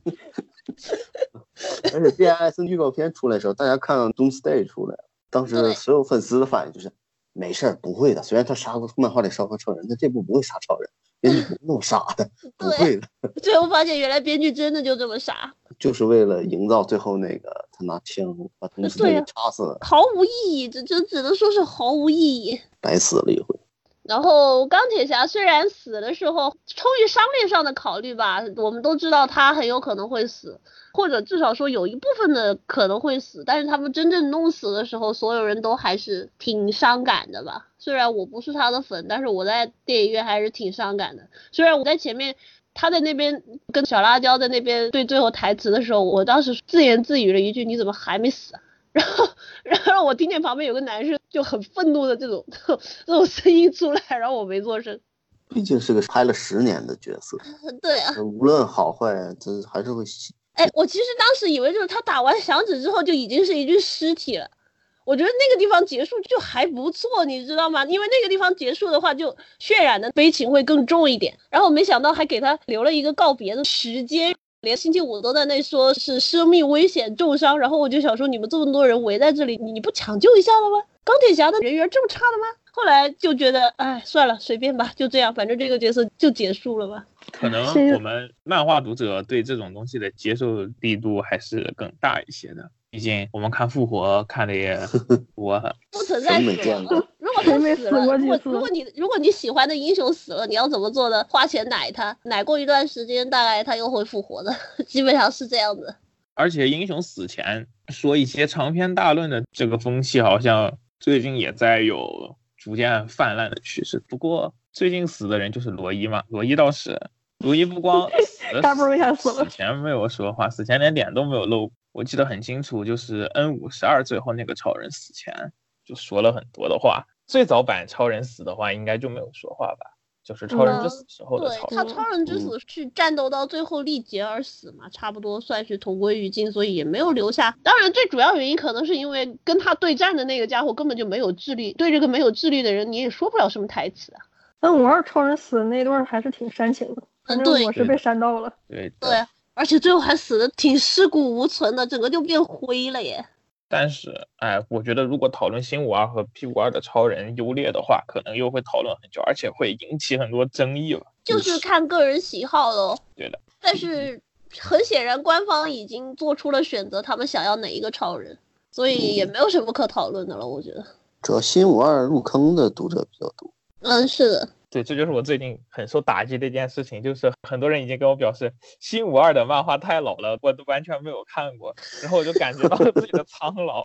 Speaker 3: 而且 B I S 预告片出来的时候，大家看到 Doomsday 出来了，当时所有粉丝的反应就是没事儿，不会的。虽然他杀过漫画里杀过超人，但这部不会杀超人，编剧不那么傻的，不会的。
Speaker 2: 最后发现原来编剧真的就这么傻，
Speaker 3: 就是为了营造最后那个他拿枪把同事给插死了，
Speaker 2: 毫无意义，这这只能说是毫无意义，
Speaker 3: 白死了一回。
Speaker 2: 然后钢铁侠虽然死的时候出于商业上的考虑吧，我们都知道他很有可能会死，或者至少说有一部分的可能会死，但是他们真正弄死的时候，所有人都还是挺伤感的吧。虽然我不是他的粉，但是我在电影院还是挺伤感的。虽然我在前面他在那边跟小辣椒在那边对最后台词的时候，我当时自言自语了一句，你怎么还没死啊？然后，然后我听见旁边有个男生就很愤怒的这种这种声音出来，然后我没做声。
Speaker 3: 毕竟是个拍了十年的角色，
Speaker 2: 对啊，
Speaker 3: 无论好坏，这还是会洗。
Speaker 2: 哎，我其实当时以为就是他打完响指之后就已经是一具尸体了，我觉得那个地方结束就还不错，你知道吗？因为那个地方结束的话，就渲染的悲情会更重一点。然后没想到还给他留了一个告别的时间。连星期五都在那说是生命危险重伤，然后我就想说你们这么多人围在这里，你你不抢救一下了吗？钢铁侠的人缘这么差的吗？后来就觉得哎算了随便吧，就这样，反正这个角色就结束了吧。
Speaker 4: 可能我们漫画读者对这种东西的接受力度还是更大一些的，毕竟我们看复活看的也多，
Speaker 2: 不存在死亡。如果他死了，如果如果你如果你喜欢的英雄死了，你要怎么做呢？花钱奶他，奶过一段时间，大概他又会复活的，基本上是这样子。
Speaker 4: 而且英雄死前说一些长篇大论的这个风气，好像最近也在有逐渐泛滥的趋势。不过最近死的人就是罗伊嘛，罗伊倒是，罗伊不光死死前没有说话，死前连脸都没有露。我记得很清楚，就是 N 五十二 最后那个超人死前就说了很多的话。最早版超人死的话应该就没有说话吧，就是超人之死时候的超人、
Speaker 2: 嗯、对，他超人之死是战斗到最后力竭而死嘛，差不多算是同归于尽，所以也没有留下。当然最主要原因可能是因为跟他对战的那个家伙根本就没有智力，对这个没有智力的人你也说不了什么台词啊。
Speaker 1: 但我二超人死的那段还是挺煽情的，反正我是被煽到了。
Speaker 4: 对
Speaker 2: 对，而且最后还死的挺尸骨无存的，整个就变灰了耶。
Speaker 4: 但是哎，我觉得如果讨论新五二和 P 五二的超人优劣的话，可能又会讨论很久，而且会引起很多争议了。
Speaker 2: 就是看个人喜好咯。
Speaker 4: 对的。
Speaker 2: 但是很显然官方已经做出了选择，他们想要哪一个超人，所以也没有什么可讨论的了，我觉得。
Speaker 3: 主要新五二入坑的读者比较多。
Speaker 2: 嗯，是的。
Speaker 4: 对，这就是我最近很受打击的一件事情，就是很多人已经跟我表示新五二的漫画太老了，我都完全没有看过，然后我就感觉到了自己的苍老。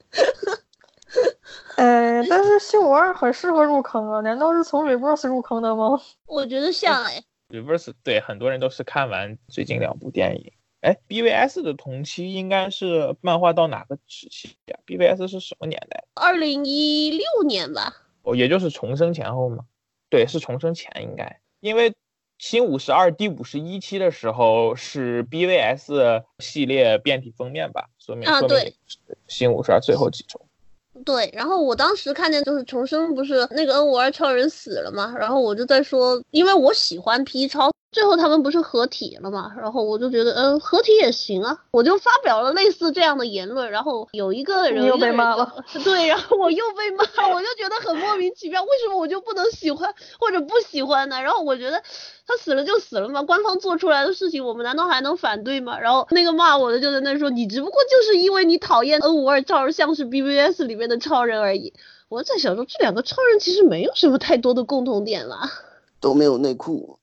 Speaker 1: 呃，但是新五二很适合入坑啊，难道是从 Reverse 入坑的吗？
Speaker 2: 我觉得像哎。
Speaker 4: Reverse 对很多人都是看完最近两部电影， 哎 ，B V S 的同期应该是漫画到哪个时期呀 ？B V S 是什么年代？
Speaker 2: 二零一六年吧。
Speaker 4: 哦，也就是重生前后嘛。对，是重生前应该，因为新五十二第五十一期的时候是 B V S 系列变体封面吧，说明
Speaker 2: 啊，
Speaker 4: 说明
Speaker 2: 对，
Speaker 4: 新五十二最后几周。
Speaker 2: 对，然后我当时看见就是重生不是那个 N 五十二超人死了嘛，然后我就在说，因为我喜欢 P 超，最后他们不是合体了嘛，然后我就觉得嗯合体也行啊，我就发表了类似这样的言论，然后有一个人
Speaker 1: 你又被骂了，
Speaker 2: 对，然后我又被骂，我就觉得很莫名其妙，为什么我就不能喜欢或者不喜欢呢？然后我觉得他死了就死了嘛，官方做出来的事情我们难道还能反对吗？然后那个骂我的就在那说，你只不过就是因为你讨厌 N 五十二超人像是 B V S 里面的超人而已。我在想说这两个超人其实没有什么太多的共同点啦，
Speaker 3: 都没有内裤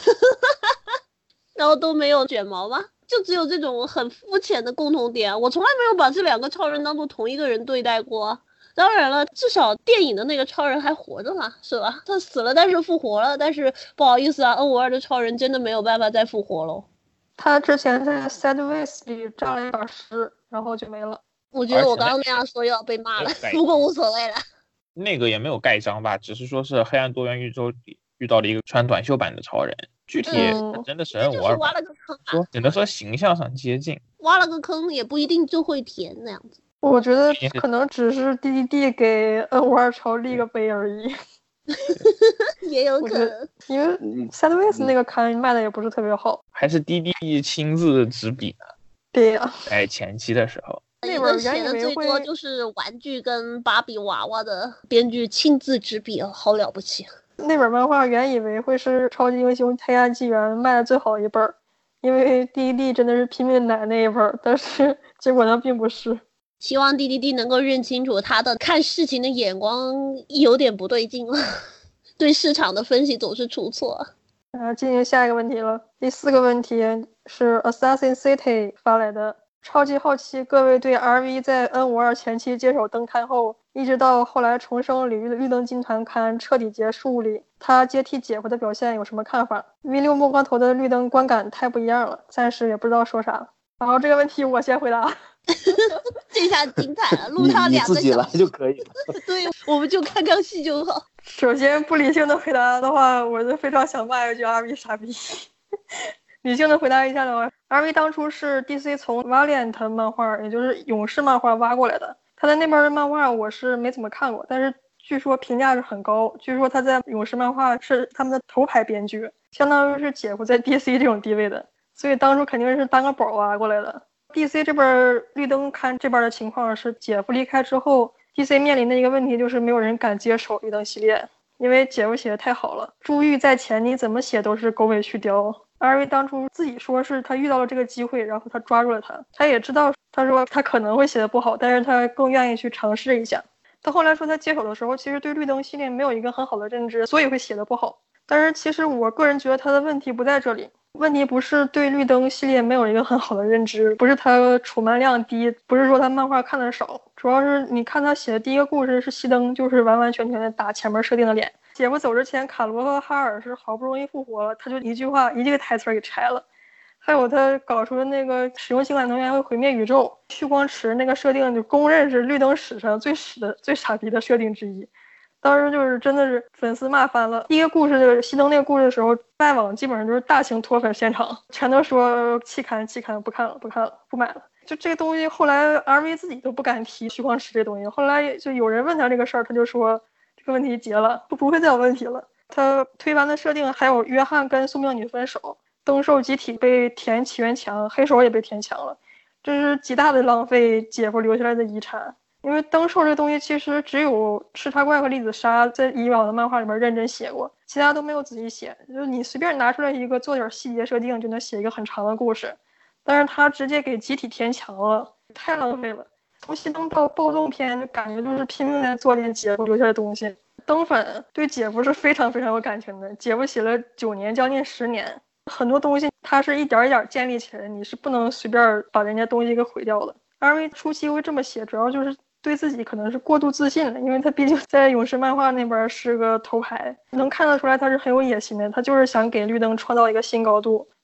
Speaker 2: 然后都没有卷毛吗？就只有这种很肤浅的共同点，我从来没有把这两个超人当做同一个人对待过。当然了，至少电影的那个超人还活着嘛，是吧？他死了但是复活了，但是不好意思啊 ，N 五十二的超人真的没有办法再复活喽。
Speaker 1: 他之前在 Sideways 里扎了一把屎，然后就没了。
Speaker 2: 我觉得我刚刚那样说又要被骂了，不过无所谓了。
Speaker 4: 那个也没有盖章吧，只是说是黑暗多元宇宙里遇到了一个穿短袖版的超人，具体真的是 N 五十二、嗯、
Speaker 2: 挖了个坑、啊，
Speaker 4: 说只能说形象上接近，
Speaker 2: 挖了个坑也不一定就会填那样子。
Speaker 1: 我觉得可能只是 D D D 给 N 五十二超立个碑而已，
Speaker 2: 也有可能，
Speaker 1: 因为 Sideways 那个刊卖的也不是特别好，
Speaker 4: 还是 D D D 亲自执笔呢。
Speaker 1: 对呀、啊，
Speaker 4: 在前期的时候，
Speaker 2: 那本写的最多就是玩具跟芭比娃娃的编剧亲自执笔，好了不起。
Speaker 1: 那本漫画原以为会是超级英雄黑暗纪元卖的最好一本，因为 D D D 真的是拼命奶那一本，但是结果呢并不是。
Speaker 2: 希望 D D D 能够认清楚他的看事情的眼光有点不对劲了，对市场的分析总是出错。
Speaker 1: 啊，进行下一个问题了。第四个问题是 Assassin City 发来的，超级好奇各位对 R V 在 N 五十二前期接手登刊后，一直到后来重生里绿灯金团刊彻底结束里，他接替姐夫的表现有什么看法 ？V 六 末光头的绿灯观感太不一样了，暂时也不知道说啥。然后这个问题我先回答。
Speaker 2: 这下精彩了，录上两个小时，
Speaker 3: 你自己来就可以了。
Speaker 2: 对，我们就看看戏就好。
Speaker 1: 首先不理性的回答的话，我就非常想骂一句 R V 傻逼。理性的回答一下的话 ，R V 当初是 D C 从 Valiant 漫画，也就是勇士漫画挖过来的。他的那边的漫画我是没怎么看过，但是据说评价是很高。据说他在勇士漫画是他们的头牌编剧，相当于是姐夫在 D C 这种地位的，所以当初肯定是当个宝挖过来的。D C 这边绿灯刊这边的情况是，姐夫离开之后 ，D C 面临的一个问题就是没有人敢接手绿灯系列，因为姐夫写的太好了，珠玉在前，你怎么写都是狗尾续貂。R V 当初自己说是他遇到了这个机会，然后他抓住了他，他也知道，他说他可能会写的不好，但是他更愿意去尝试一下。他后来说他接手的时候，其实对绿灯系列没有一个很好的认知，所以会写的不好。但是其实我个人觉得他的问题不在这里。问题不是对绿灯系列没有一个很好的认知，不是他储漫量低，不是说他漫画看的少，主要是你看他写的第一个故事是熄灯，就是完完全全的打前面设定的脸。姐夫走之前，卡罗和哈尔是好不容易复活了，他就一句话一个台词给拆了。还有他搞出的那个使用氢感能源会毁灭宇宙，蓄光池那个设定就公认是绿灯史上最屎的最傻逼的设定之一。当时就是真的是粉丝骂翻了。第一个故事的熄灯那个故事的时候，外网基本上就是大型脱粉现场，全都说弃刊弃刊，不看了不看了不买了。就这个东西后来 R V 自己都不敢提蓄光池这东西，后来就有人问他这个事儿，他就说这个问题结了，不不会再有问题了。他推翻的设定还有约翰跟宿命女分手，灯兽集体被填起源墙，黑手也被填墙了，这是极大的浪费姐夫留下来的遗产。因为灯兽这个东西其实只有赤茶怪和粒子鲨在以往的漫画里面认真写过，其他都没有仔细写，就是你随便拿出来一个做点细节设定就能写一个很长的故事，但是他直接给集体填墙了，太浪费了。从熄灯到暴动篇就感觉就是拼命在做点姐夫留下的东西。灯粉对姐夫是非常非常有感情的，姐夫写了九年将近十年，很多东西他是一点一点建立起来，你是不能随便把人家东西给毁掉的。R V 初期会这么写，主要就是对自己可能是过度自信了，因为他毕竟在勇士漫画那边是个头牌，能看得出来他是很有野心的，他就是想给绿灯创造一个新高度，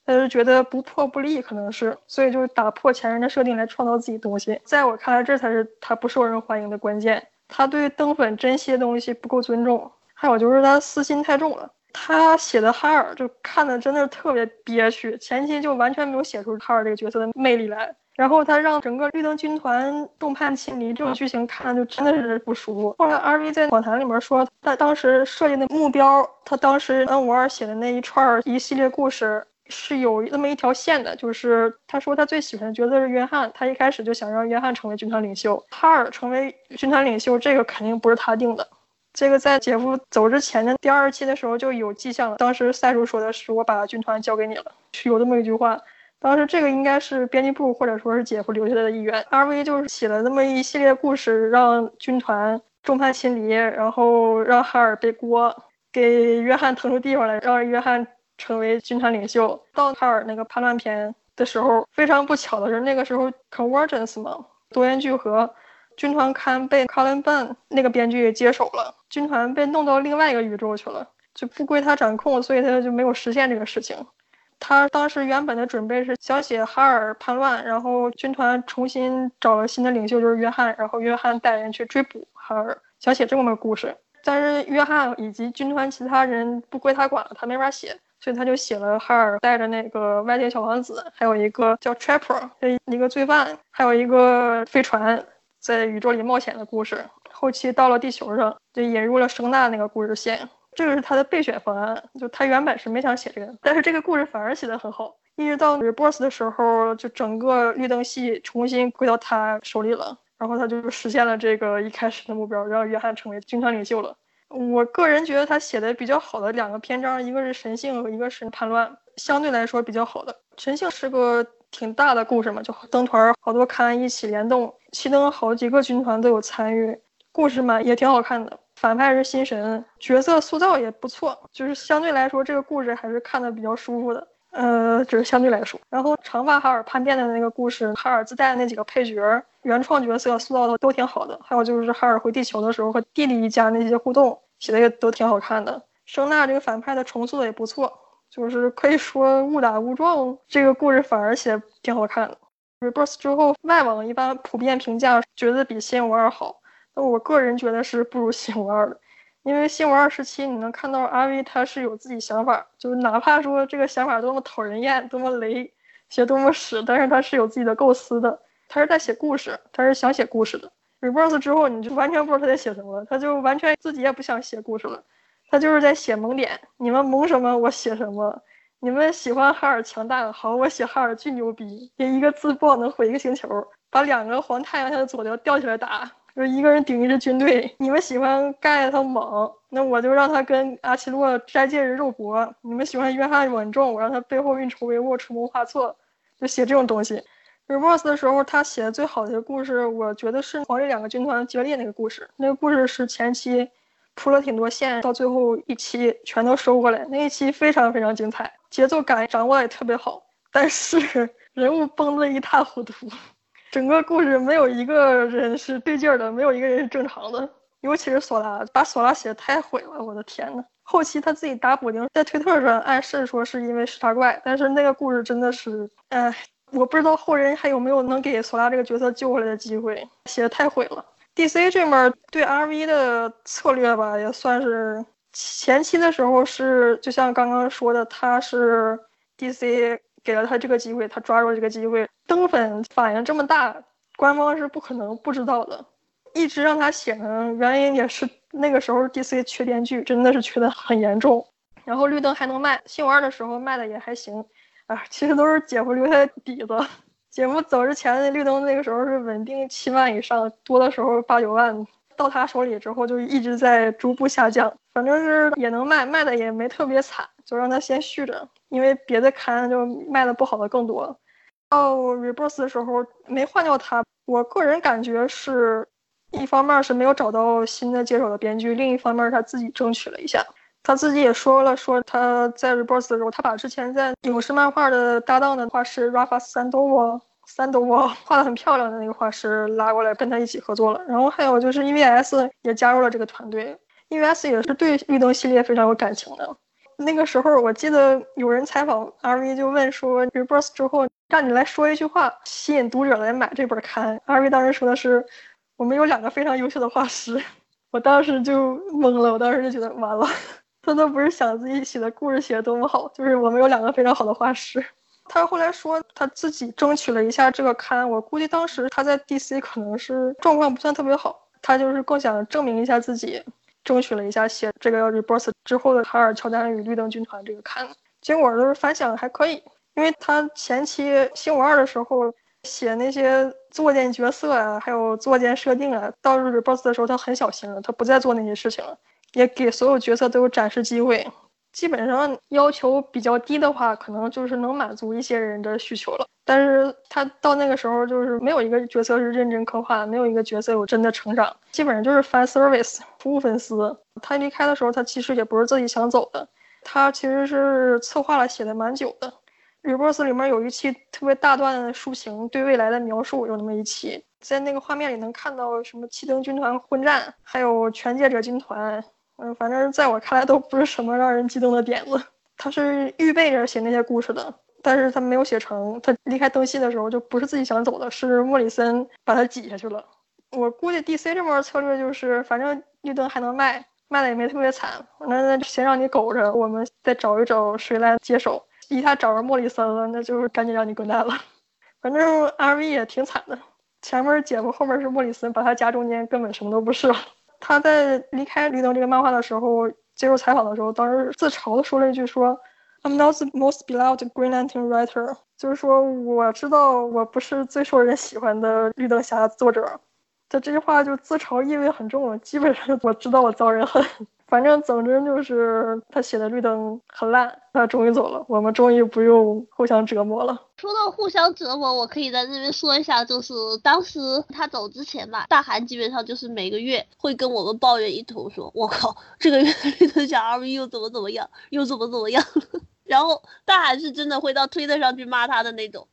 Speaker 1: 他就觉得不破不立，可能是，所以就打破前人的设定来创造自己东西。在我看来，这才是他不受人欢迎的关键。他对灯粉珍惜的东西不够尊重，还有就是他私心太重了。他写的哈尔就看的真的是特别憋屈，前期就完全没有写出哈尔这个角色的魅力来。然后他让整个绿灯军团众叛亲离，这种剧情看就真的是不舒服。后来 R V 在访谈里面说，他当时设计的目标，他当时 N 五二写的那一串一系列故事是有那么一条线的，就是他说他最喜欢的角色是约翰，他一开始就想让约翰成为军团领袖，哈尔成为军团领袖，这个肯定不是他定的。这个在姐夫走之前的第二期的时候就有迹象了，当时赛叔说的是我把军团交给你了，是有这么一句话。当时这个应该是编辑部或者说是姐夫留下的意愿。 R V 就是写了这么一系列故事，让军团众叛亲离，然后让哈尔背锅，给约翰腾出地方来，让约翰成为军团领袖。到哈尔那个叛乱篇的时候，非常不巧的是那个时候 Convergence 嘛，多元聚合，军团刊被 Colin Bunn 那个编剧也接手了，军团被弄到另外一个宇宙去了，就不归他掌控，所以他就没有实现这个事情。他当时原本的准备是想写哈尔叛乱，然后军团重新找了新的领袖，就是约翰，然后约翰带人去追捕哈尔，想写这么个故事。但是约翰以及军团其他人不归他管了，他没法写，所以他就写了哈尔带着那个外界小王子，还有一个叫 Trapper 一个罪犯，还有一个飞船在宇宙里冒险的故事。后期到了地球上就引入了声纳那个故事线，这个是他的备选方案，就他原本是没想写这个，但是这个故事反而写得很好。一直到 Rebirth 的时候，就整个绿灯系重新归到他手里了，然后他就实现了这个一开始的目标，让约翰成为军团领袖了。我个人觉得他写的比较好的两个篇章，一个是神性和一个是叛乱，相对来说比较好的。神性是个挺大的故事嘛，就灯团好多刊一起联动，熄灯好几个军团都有参与，故事嘛也挺好看的。反派是新神，角色塑造也不错，就是相对来说这个故事还是看得比较舒服的，呃，只是相对来说。然后长发哈尔叛变的那个故事，哈尔自带的那几个配角原创角色塑造的都挺好的，还有就是哈尔回地球的时候和弟弟一家那些互动写的也都挺好看的。声纳这个反派的重塑的也不错，就是可以说误打误撞，这个故事反而写得挺好看的。Rebirth 之后，外网一般普遍评价觉得比新五二好，那我个人觉得是不如新五二的，因为新五二时期你能看到 R V 他是有自己想法，就是哪怕说这个想法多么讨人厌，多么雷，写多么屎，但是他是有自己的构思的，他是在写故事，他是想写故事的。Rebirth 之后，你就完全不知道他在写什么了，他就完全自己也不想写故事了，他就是在写萌点，你们萌什么我写什么。你们喜欢哈尔强大，好，我写哈尔巨牛逼，一个自爆能毁一个星球，把两个黄太阳下的左右吊起来打，就一个人顶一支军队。你们喜欢盖他猛，那我就让他跟阿奇洛斋戒人肉搏。你们喜欢约翰稳重，我让他背后运筹帷幄，出谋划策，就写这种东西。Rebirth 的时候，他写的最好的一个故事，我觉得是黄历两个军团决裂那个故事。那个故事是前期铺了挺多线，到最后一期全都收过来，那一期非常非常精彩，节奏感掌握也特别好，但是人物崩得一塌糊涂，整个故事没有一个人是对劲的，没有一个人是正常的，尤其是索拉，把索拉写得太毁了，我的天呐。后期他自己打补丁，在推特上暗示说是因为时差怪，但是那个故事真的是，哎，我不知道后人还有没有能给索拉这个角色救回来的机会，写得太毁了。D C 这面对 R V 的策略吧，也算是前期的时候是，就像刚刚说的，他是 D C 给了他这个机会，他抓住这个机会，灯粉反应这么大，官方是不可能不知道的。一直让他写呢，原因也是那个时候 D C 缺编剧，真的是缺得很严重。然后绿灯还能卖，新五二的时候卖的也还行，啊，其实都是姐夫留下的底子。姐夫走之前的绿灯那个时候是稳定七万以上，多的时候八九万，到他手里之后就一直在逐步下降，反正是也能卖，卖的也没特别惨，就让他先续着，因为别的刊就卖的不好的更多。到 Rebirth 的时候没换掉他，我个人感觉是一方面是没有找到新的接手的编剧，另一方面他自己争取了一下。他自己也说了，说他在 Rebirth 的时候，他把之前在勇士漫画的搭档的画师 Rafa Sandoval Sandoval 画得很漂亮的那个画师拉过来跟他一起合作了。然后还有就是 E V S 也加入了这个团队， E V S 也是对绿灯系列非常有感情的。 那个时候我记得有人采访 R V 就问说 Rebirth 之后让你来说一句话吸引读者来买这本刊， R V 当时说的是我们有两个非常优秀的画师。我当时就懵了，我当时就觉得完了，他都不是想自己写的故事写得多么好，就是我们有两个非常好的画师。他后来说他自己争取了一下这个刊，我估计当时他在 D C 可能是状况不算特别好，他就是更想证明一下自己，争取了一下写这个 Rebirth 之后的卡尔乔丹与绿灯军团这个刊，结果都是反响还可以。因为他前期新五二的时候写那些作践角色啊，还有作践设定啊，到 Rebirth 的时候他很小心了，他不再做那些事情了，也给所有角色都有展示机会。基本上要求比较低的话，可能就是能满足一些人的需求了。但是他到那个时候就是没有一个角色是认真刻画，没有一个角色有真的成长，基本上就是 fan service 服务粉丝。他离开的时候他其实也不是自己想走的，他其实是策划了写的蛮久的。Rebirth 里面有一期特别大段的抒情对未来的描述，有那么一期在那个画面里能看到什么七灯军团混战，还有全界者军团，嗯，反正在我看来都不是什么让人激动的点子。他是预备着写那些故事的，但是他没有写成。他离开灯系的时候就不是自己想走的，是莫里森把他挤下去了。我估计 D C 这边策略就是反正绿灯还能卖，卖的也没特别惨，那先让你苟着，我们再找一找谁来接手。一下找着莫里森了，那就是赶紧让你滚蛋了。反正 R V 也挺惨的，前面姐夫后面是莫里森，把他夹中间根本什么都不是了。他在离开绿灯这个漫画的时候接受采访的时候，当时自嘲的说了一句说 I'm not the most beloved Green Lantern writer， 就是说我知道我不是最受人喜欢的绿灯侠作者。他这句话就自嘲意味很重了，基本上我知道我遭人恨。反正总之就是他写的绿灯很烂，他终于走了，我们终于不用互相折磨了。
Speaker 2: 说到互相折磨，我可以在这边说一下，就是当时他走之前吧，大韩基本上就是每个月会跟我们抱怨一通，说我靠这个月绿灯侠 R V 又怎么怎么样又怎么怎么样了，然后大韩是真的会到推特上去骂他的那种。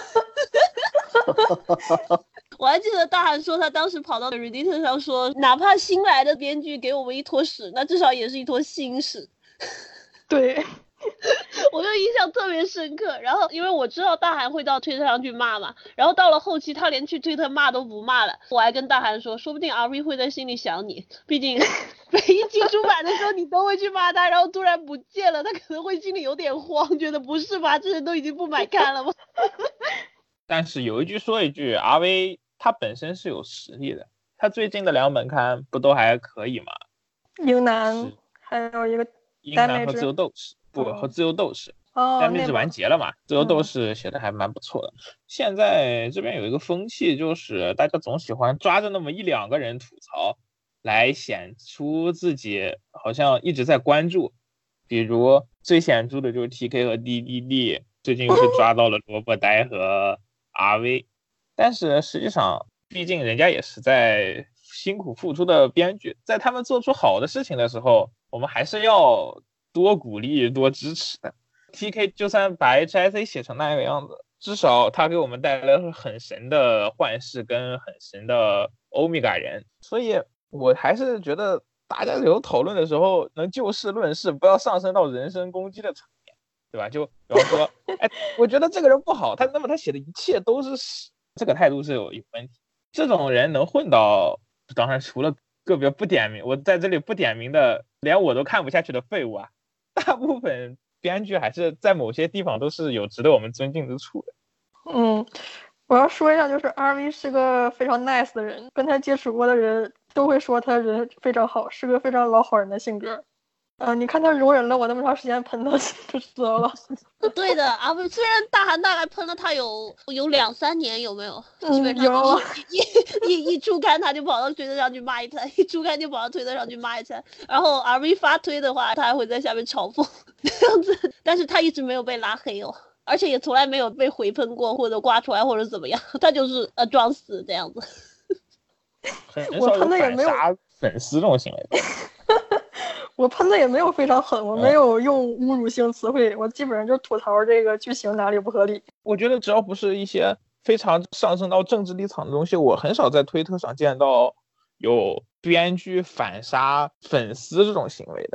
Speaker 2: 我还记得大韩说他当时跑到 Reddit 上说，哪怕新来的编剧给我们一坨屎，那至少也是一坨新屎。
Speaker 1: 对，
Speaker 2: 我就印象特别深刻。然后因为我知道大韩会到推特上去骂嘛，然后到了后期他连去推特骂都不骂了，我还跟大韩说，说不定 R V 会在心里想你，毕竟每一期出版的时候你都会去骂他，然后突然不见了，他可能会心里有点慌，觉得不是吧，这人都已经不买看了吗？
Speaker 4: 但是有一句说一句， R V 他本身是有实力的，他最近的两本刊不都还可以吗？
Speaker 1: 英男还有一个
Speaker 4: 英男和自由斗士，不、哦、和自由斗士，Damage完结了嘛，自由斗士写的还蛮不错的、嗯。现在这边有一个风气，就是大家总喜欢抓着那么一两个人吐槽，来显出自己好像一直在关注。比如最显著的就是 T K 和 D D D， 最近又是抓到了萝卜呆和 R V， 但是实际上毕竟人家也是在辛苦付出的编剧，在他们做出好的事情的时候，我们还是要多鼓励多支持的。 T K 就算把 H I C 写成那个样子，至少他给我们带来了很神的幻视跟很神的欧米伽人，所以我还是觉得大家有讨论的时候能就事论事，不要上升到人身攻击的层面，对吧？就比方说哎，我觉得这个人不好，他那么他写的一切都是屎，这个态度是有有问题。这种人能混到，当然除了个别不点名，我在这里不点名的连我都看不下去的废物啊，大部分编剧还是在某些地方都是有值得我们尊敬之处的。
Speaker 1: 嗯，我要说一下，就是 R V 是个非常 nice 的人，跟他接触过的人都会说他人非常好，是个非常老好人的性格。呃，你看他容忍了我那么长时间喷他就知道了。
Speaker 2: 对的啊，虽然大韩大概喷了他有有两三年，有没有？基本上
Speaker 1: 有
Speaker 2: 一一一出刊他就跑到推特上去骂一餐，一出刊就跑到推特上去骂一餐。然后 R V 发推的话，他还会在下面嘲讽这样子，但是他一直没有被拉黑哦，而且也从来没有被回喷过或者挂出来或者怎么样，他就是呃装死这样子。
Speaker 4: 很少有反杀粉丝这种行为。
Speaker 1: 我喷的也没有非常狠，我没有用侮辱性词汇，我基本上就吐槽这个剧情哪里不合理。
Speaker 4: 我觉得只要不是一些非常上升到政治立场的东西，我很少在推特上见到有编剧反杀粉丝这种行为的。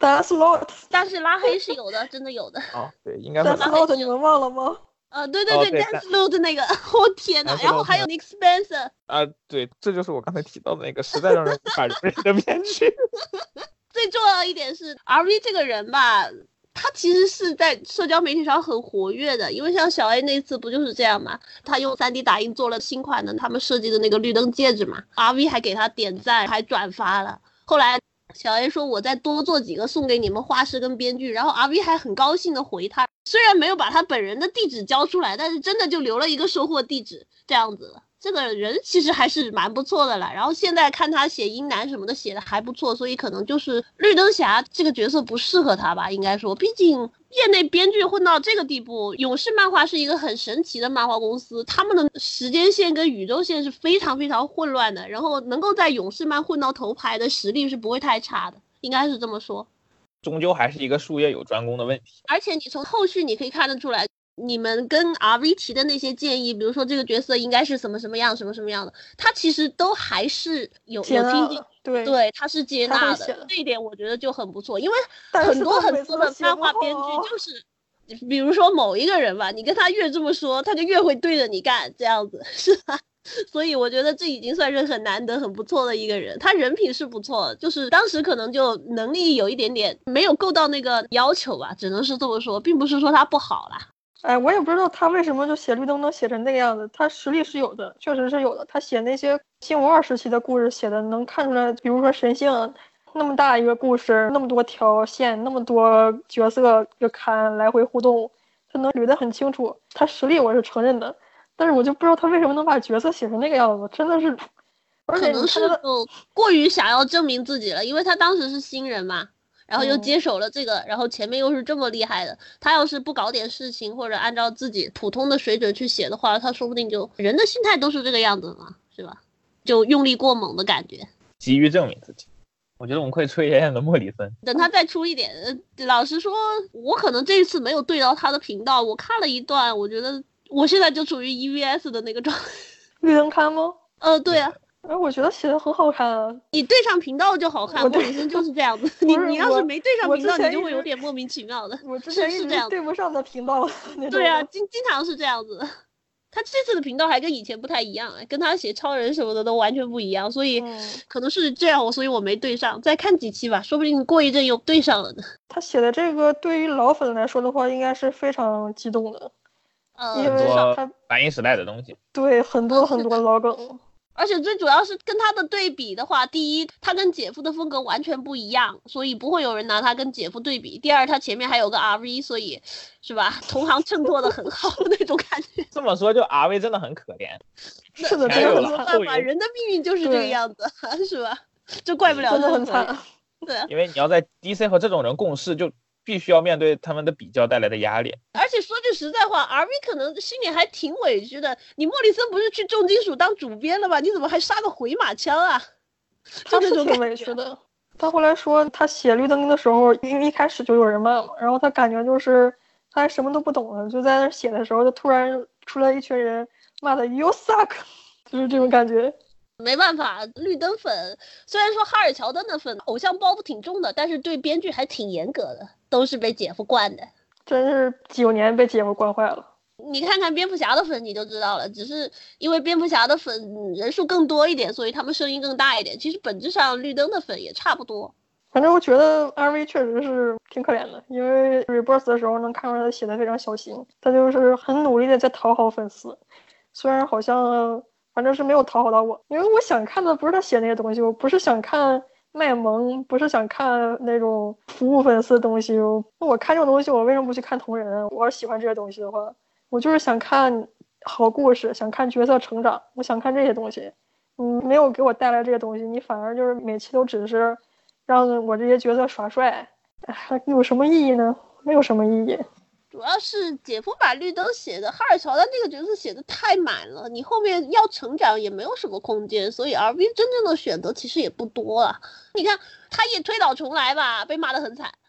Speaker 1: Dan Slott，
Speaker 2: 但是拉黑是有的，真的有的。
Speaker 4: 哦，对，应该是
Speaker 1: Dan Slott，你们忘了吗？
Speaker 2: 呃，对对对
Speaker 4: ，Dan
Speaker 2: Slott 那个，我、哦、天哪！然后还有 Nick Spencer
Speaker 4: 啊，对，这就是我刚才提到的那个实在让人无法容忍的编剧。
Speaker 2: 最重要一点是 R V 这个人吧，他其实是在社交媒体上很活跃的，因为像小 A 那次不就是这样嘛？他用 三 D 打印做了新款的他们设计的那个绿灯戒指嘛 ，R V 还给他点赞，还转发了。后来小 A 说我再多做几个送给你们画师跟编剧，然后 R V 还很高兴的回他，虽然没有把他本人的地址交出来，但是真的就留了一个收货地址这样子。这个人其实还是蛮不错的啦，然后现在看他写英男什么的写的还不错，所以可能就是绿灯侠这个角色不适合他吧，应该说，毕竟业内编剧混到这个地步，勇士漫画是一个很神奇的漫画公司，他们的时间线跟宇宙线是非常非常混乱的，然后能够在勇士漫混到头牌的实力是不会太差的，应该是这么说。
Speaker 4: 终究还是一个术业有专攻的问题，
Speaker 2: 而且你从后续你可以看得出来，你们跟 R V 提的那些建议，比如说这个角色应该是什么什么样什么什么样的，他其实都还是有有听进，
Speaker 1: 对
Speaker 2: 对，他是接纳的，这一点我觉得就很不错，因为很多很多的漫画编剧就是，比如说某一个人吧，你跟他越这么说，他就越会对着你干，这样子是吧？所以我觉得这已经算是很难得很不错的一个人，他人品是不错，就是当时可能就能力有一点点没有够到那个要求吧，只能是这么说，并不是说他不好啦。
Speaker 1: 哎，我也不知道他为什么就写绿灯能写成那个样子，他实力是有的，确实是有的。他写那些新五二时期的故事写的能看出来，比如说神性那么大一个故事，那么多条线，那么多角色就看来回互动，他能捋得很清楚，他实力我是承认的，但是我就不知道他为什么能把角色写成那个样子，真的是，而且
Speaker 2: 可能是就过于想要证明自己了，因为他当时是新人嘛。然后又接手了这个、嗯、然后前面又是这么厉害的，他要是不搞点事情或者按照自己普通的水准去写的话，他说不定就人的心态都是这个样子嘛，是吧？就用力过猛的感觉，
Speaker 4: 急于证明自己。我觉得我们可以吹演演的莫里森，
Speaker 2: 等他再出一点。老实说，我可能这一次没有对到他的频道，我看了一段，我觉得我现在就处于 E V S 的那个状态。
Speaker 1: 绿灯刊吗？
Speaker 2: 呃，对啊。
Speaker 1: 哎，我觉得写的很好看啊！
Speaker 2: 你对上频道就好看，莫里森就是这样子。你你要是没对上频道，你就会有点莫名其妙的。
Speaker 1: 我之前一直对不上的频道。
Speaker 2: 对啊，经经常是这样子。他这次的频道还跟以前不太一样，跟他写超人什么的都完全不一样，所以可能是这样，所以我没对上。再看几期吧，说不定过一阵又对上了呢。
Speaker 1: 他写的这个对于老粉来说的话，应该是非常激动的，
Speaker 2: 呃、
Speaker 1: 因为他
Speaker 4: 反映时代的东西。
Speaker 1: 对，很多很多老梗。
Speaker 2: 而且最主要是跟他的对比的话，第一，他跟姐夫的风格完全不一样，所以不会有人拿他跟姐夫对比。第二，他前面还有个 R V， 所以是吧，同行衬托的很好那种感觉。
Speaker 4: 这么说，就 R V 真的很可怜。
Speaker 1: 是的，
Speaker 2: 没有办法，人的命运就是这个样子，是吧？这怪不了他，
Speaker 1: 真的很惨。
Speaker 2: 对啊，
Speaker 4: 因为你要在 D C 和这种人共事，就必须要面对他们的比较带来的压力。
Speaker 2: 而且说句实在话 ，R V 可能心里还挺委屈的。你莫里森不是去重金属当主编了吗？你怎么还杀个回马枪啊？
Speaker 1: 他是挺委屈的。他后来说，他写绿灯的时候，因为一开始就有人骂嘛，然后他感觉就是他还什么都不懂了，就在那写的时候，就突然出来一群人骂他 "You suck"， 就是这种感觉。
Speaker 2: 没办法，绿灯粉虽然说哈尔乔丹的粉偶像包袱挺重的，但是对编剧还挺严格的，都是被姐夫惯的，
Speaker 1: 真是九年被姐夫惯坏了。
Speaker 2: 你看看蝙蝠侠的粉你就知道了，只是因为蝙蝠侠的粉人数更多一点，所以他们声音更大一点，其实本质上绿灯的粉也差不多。
Speaker 1: 反正我觉得 R V 确实是挺可怜的，因为 Rebirth 的时候能看出来他写的非常小心，他就是很努力的在讨好粉丝，虽然好像反正是没有讨好到我，因为我想看的不是他写那些东西，我不是想看卖萌，不是想看那种服务粉丝的东西，我看这种东西我为什么不去看同人？我要喜欢这些东西的话，我就是想看好故事，想看角色成长，我想看这些东西。你没有给我带来这些东西，你反而就是每期都只是让我这些角色耍帅，还有什么意义呢？没有什么意义。
Speaker 2: 主要是姐夫把绿灯写的哈尔乔丹这个角色写的太满了，你后面要成长也没有什么空间，所以 R V 真正的选择其实也不多啊。你看他也推倒重来吧，被骂得很惨，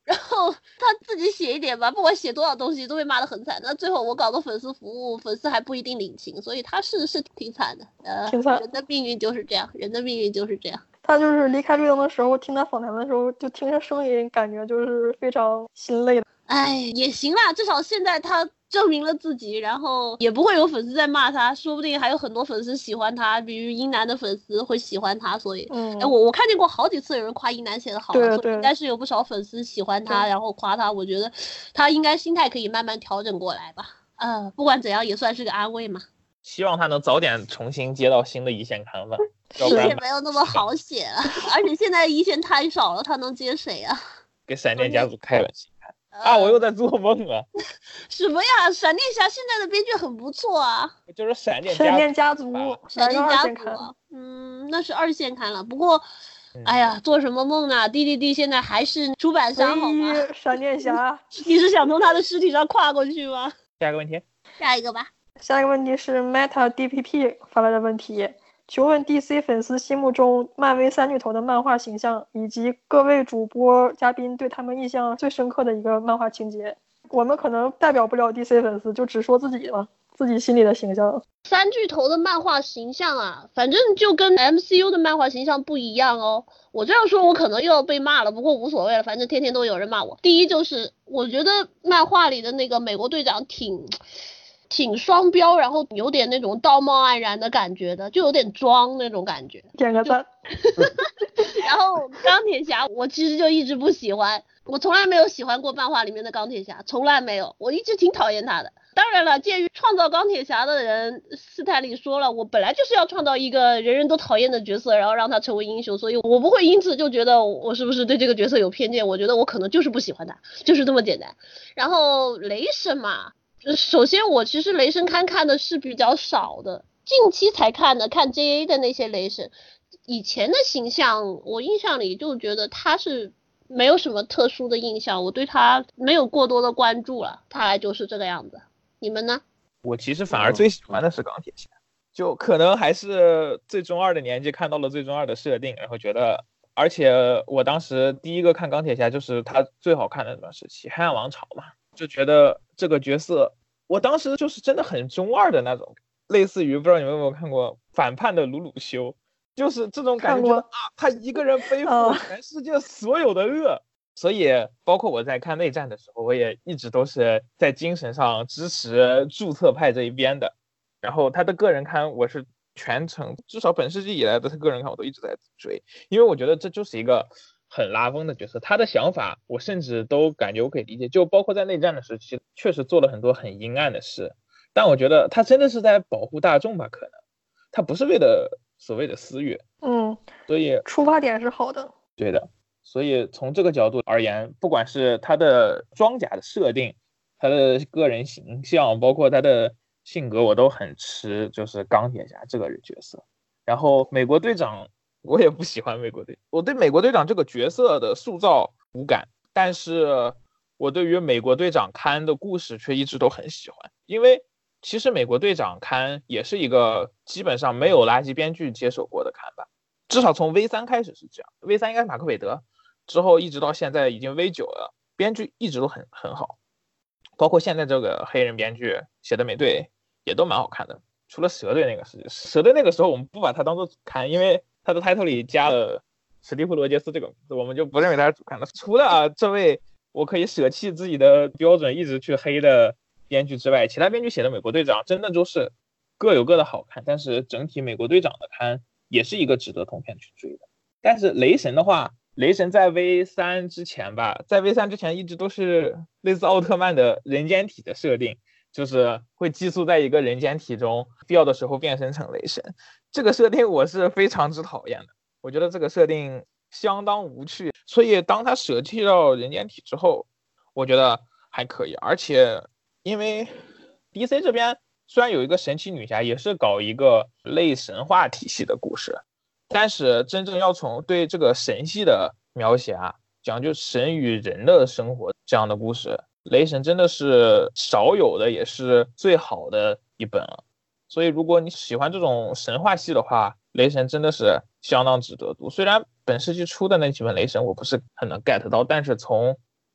Speaker 2: 然后他自己写一点吧，不管写多少东西都被骂得很惨。那最后我搞个粉丝服务，粉丝还不一定领情，所以他是是挺惨的。呃，
Speaker 1: 挺惨
Speaker 2: 人的命运就是这样，人的命运就是这样。
Speaker 1: 他就是离开绿灯的时候，听他访谈的时候，就听着声音，感觉就是非常心累的。
Speaker 2: 哎，也行啦，至少现在他证明了自己，然后也不会有粉丝在骂他，说不定还有很多粉丝喜欢他，比如英男的粉丝会喜欢他，所以，
Speaker 1: 嗯，
Speaker 2: 哎，我我看见过好几次有人夸英男写的好，
Speaker 1: 对
Speaker 2: 所以应该是有不少粉丝喜欢他，然后夸他，我觉得他应该心态可以慢慢调整过来吧。呃，不管怎样也算是个安慰嘛。
Speaker 4: 希望他能早点重新接到新的一线刊吧，要
Speaker 2: 一
Speaker 4: 不然
Speaker 2: 线没有那么好写了，而且现在一线太少了，他能接谁啊？
Speaker 4: 给闪电家族开了新刊。啊！我又在做梦啊！
Speaker 2: 什么呀？闪电侠现在的编剧很不错啊，
Speaker 4: 就是闪电
Speaker 1: 闪电家族，
Speaker 2: 闪电家
Speaker 1: 族
Speaker 2: 啊，嗯，那是二线刊了。不过，嗯、哎呀，做什么梦呢 ？D D D 现在还是出版商好吗？
Speaker 1: 闪电侠，
Speaker 2: 你是想从他的尸体上跨过去吗？
Speaker 4: 下一个问题，
Speaker 2: 下一个吧。
Speaker 1: 下一个问题是 Meta D P P 发来的问题。求问 D C 粉丝心目中漫威三巨头的漫画形象，以及各位主播嘉宾对他们印象最深刻的一个漫画情节。我们可能代表不了 D C 粉丝，就只说自己吧，自己心里的形象。
Speaker 2: 三巨头的漫画形象啊，反正就跟 M C U 的漫画形象不一样哦。我这样说我可能又要被骂了，不过无所谓了，反正天天都有人骂我。第一就是我觉得漫画里的那个美国队长挺挺双标，然后有点那种道貌岸然的感觉的，就有点装那种感觉。
Speaker 1: 点个赞。
Speaker 2: 然后钢铁侠我其实就一直不喜欢，我从来没有喜欢过漫画里面的钢铁侠，从来没有，我一直挺讨厌他的。当然了，鉴于创造钢铁侠的人斯坦李说了，我本来就是要创造一个人人都讨厌的角色，然后让他成为英雄，所以我不会因此就觉得我是不是对这个角色有偏见，我觉得我可能就是不喜欢他，就是这么简单。然后雷神嘛，首先我其实雷神刊看的是比较少的，近期才看的，看 J A 的那些雷神。以前的形象我印象里就觉得他是没有什么特殊的印象，我对他没有过多的关注了，大概就是这个样子。你们呢？
Speaker 4: 我其实反而最喜欢的是钢铁侠，就可能还是最中二的年纪看到了最中二的设定，然后觉得，而且我当时第一个看钢铁侠就是他最好看的那段时期，黑暗王朝嘛，就觉得这个角色，我当时就是真的很中二的那种，类似于不知道你们有没有看过反叛的鲁鲁修，就是这种感觉，觉得啊，他一个人背负全世界所有的恶。所以包括我在看内战的时候，我也一直都是在精神上支持注册派这一边的。然后他的个人刊我是全程，至少本世纪以来的他个人刊我都一直在追，因为我觉得这就是一个很拉风的角色，他的想法我甚至都感觉我可以理解，就包括在内战的时期确实做了很多很阴暗的事，但我觉得他真的是在保护大众吧，可能他不是为了所谓的私欲。
Speaker 1: 嗯，
Speaker 4: 所以
Speaker 1: 出发点是好的。
Speaker 4: 对的。所以从这个角度而言，不管是他的装甲的设定，他的个人形象，包括他的性格，我都很吃就是钢铁侠这个角色。然后美国队长我也不喜欢美国队，我对美国队长这个角色的塑造无感，但是我对于美国队长刊的故事却一直都很喜欢，因为其实美国队长刊也是一个基本上没有垃圾编剧接手过的刊吧，至少从 V 三 开始是这样， V 三 应该是马克韦德，之后一直到现在已经 V 九 了，编剧一直都很很好，包括现在这个黑人编剧写的美队也都蛮好看的，除了蛇队那个时蛇队那个时候我们不把它当做主刊，因为他的 title 里加了史蒂夫罗杰斯这个名字，我们就不认为他是主刊了。除了、啊、这位我可以舍弃自己的标准一直去黑的编剧之外，其他编剧写的美国队长真的就是各有各的好看，但是整体美国队长的刊也是一个值得通篇去追的。但是雷神的话，雷神在 V 三 之前吧，在 V 三 之前一直都是类似奥特曼的人间体的设定，就是会寄宿在一个人间体中，必要的时候变身成雷神。这个设定我是非常之讨厌的，我觉得这个设定相当无趣，所以当他舍弃到人间体之后，我觉得还可以。而且因为 D C 这边虽然有一个神奇女侠，也是搞一个类神话体系的故事，但是真正要从对这个神系的描写啊，讲究神与人的生活这样的故事，雷神真的是少有的，也是最好的一本了。所以如果你喜欢这种神话系的话，雷神真的是相当值得读。虽然本世纪初的那几本雷神我不是很能 get 到，但是从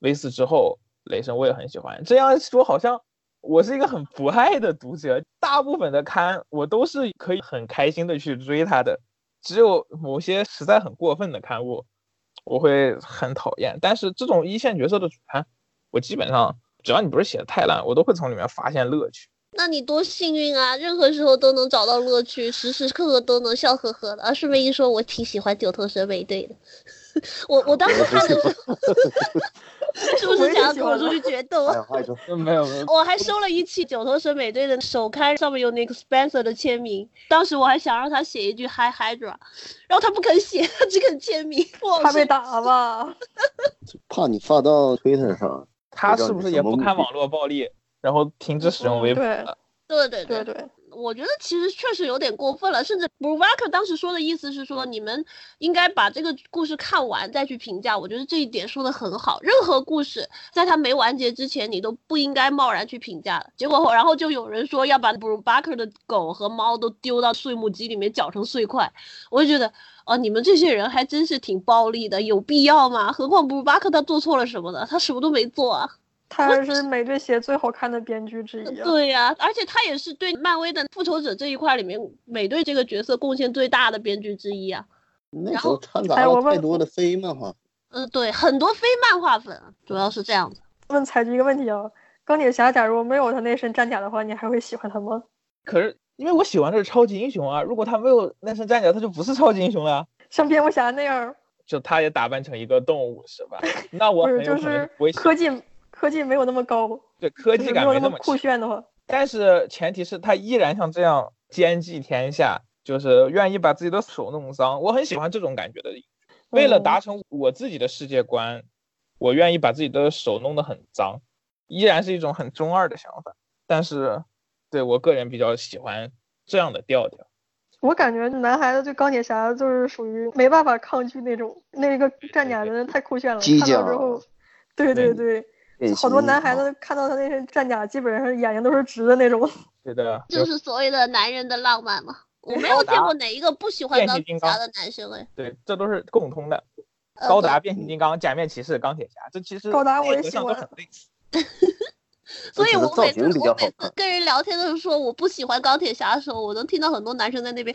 Speaker 4: V 四之后，雷神我也很喜欢。这样说好像我是一个很不爱的读者，大部分的刊我都是可以很开心的去追他的，只有某些实在很过分的刊物我会很讨厌。但是这种一线角色的主刊，我基本上只要你不是写的太烂，我都会从里面发现乐趣。
Speaker 2: 那你多幸运啊，任何时候都能找到乐趣，时时刻刻都能笑呵呵的。啊，顺便一说，我挺喜欢九头蛇美队的。我我当时看的时候是不是想要拖出去决斗？
Speaker 4: 没有没有，
Speaker 2: 我还收了一期九头蛇美队的首刊，上面有那个 Spencer 的签名。当时我还想让他写一句 Hi Hydra， 然后他不肯写，他只肯签名。
Speaker 1: 怕被打吧？
Speaker 3: 怕你发到 Twitter 上。
Speaker 4: 他是不是也不看网络暴力，然后停止使用微博了？
Speaker 2: 对对
Speaker 1: 对对，
Speaker 2: 我觉得其实确实有点过分了，甚至 Brubaker 当时说的意思是说，你们应该把这个故事看完再去评价。我觉得这一点说的很好，任何故事在它没完结之前，你都不应该贸然去评价的。结果然后就有人说要把 Brubaker 的狗和猫都丢到碎木机里面搅成碎块，我就觉得哦，你们这些人还真是挺暴力的，有必要吗？何况 Brubaker 他做错了什么呢？他什么都没做啊。
Speaker 1: 他是美队写最好看的编剧之一、啊、
Speaker 2: 对呀、啊，而且他也是对漫威的复仇者这一块里面美队这个角色贡献最大的编剧之一啊。
Speaker 3: 那时候掺杂了太多的非漫画。
Speaker 2: 嗯、呃，对，很多非漫画粉，主要是这样子。
Speaker 1: 问采集一个问题啊，钢铁侠假如没有他那身战甲的话，你还会喜欢他吗？
Speaker 4: 可是因为我喜欢的是超级英雄啊，如果他没有那身战甲，他就不是超级英雄了。
Speaker 1: 像蝙蝠侠那样，
Speaker 4: 就他也打扮成一个动物是吧？那我很有可能不会喜欢。
Speaker 1: 科技科技没有那么高，
Speaker 4: 对，科技感
Speaker 1: 没有
Speaker 4: 那么
Speaker 1: 酷炫的话，
Speaker 4: 但是前提是他依然像这样兼济天下，就是愿意把自己的手弄脏。我很喜欢这种感觉的。为了达成我自己的世界观，嗯、我愿意把自己的手弄得很脏，依然是一种很中二的想法。但是，对我个人比较喜欢这样的调调。
Speaker 1: 我感觉男孩子对钢铁侠就是属于没办法抗拒那种，那个战甲真的太酷炫了，看到之后，对对对。好多男孩子看到他那身战甲，基本上眼睛都是直的那种。
Speaker 4: 对的，
Speaker 2: 就是所谓的男人的浪漫嘛。我没有见过哪一个不喜欢钢铁侠的男生哎。
Speaker 4: 对，这都是共通的。高达、变形金刚、假面骑士、钢铁侠，这其实
Speaker 1: 高达我也喜欢。
Speaker 2: 所以我每次我每次跟人聊天的时候说我不喜欢钢铁侠的时候，我能听到很多男生在那边。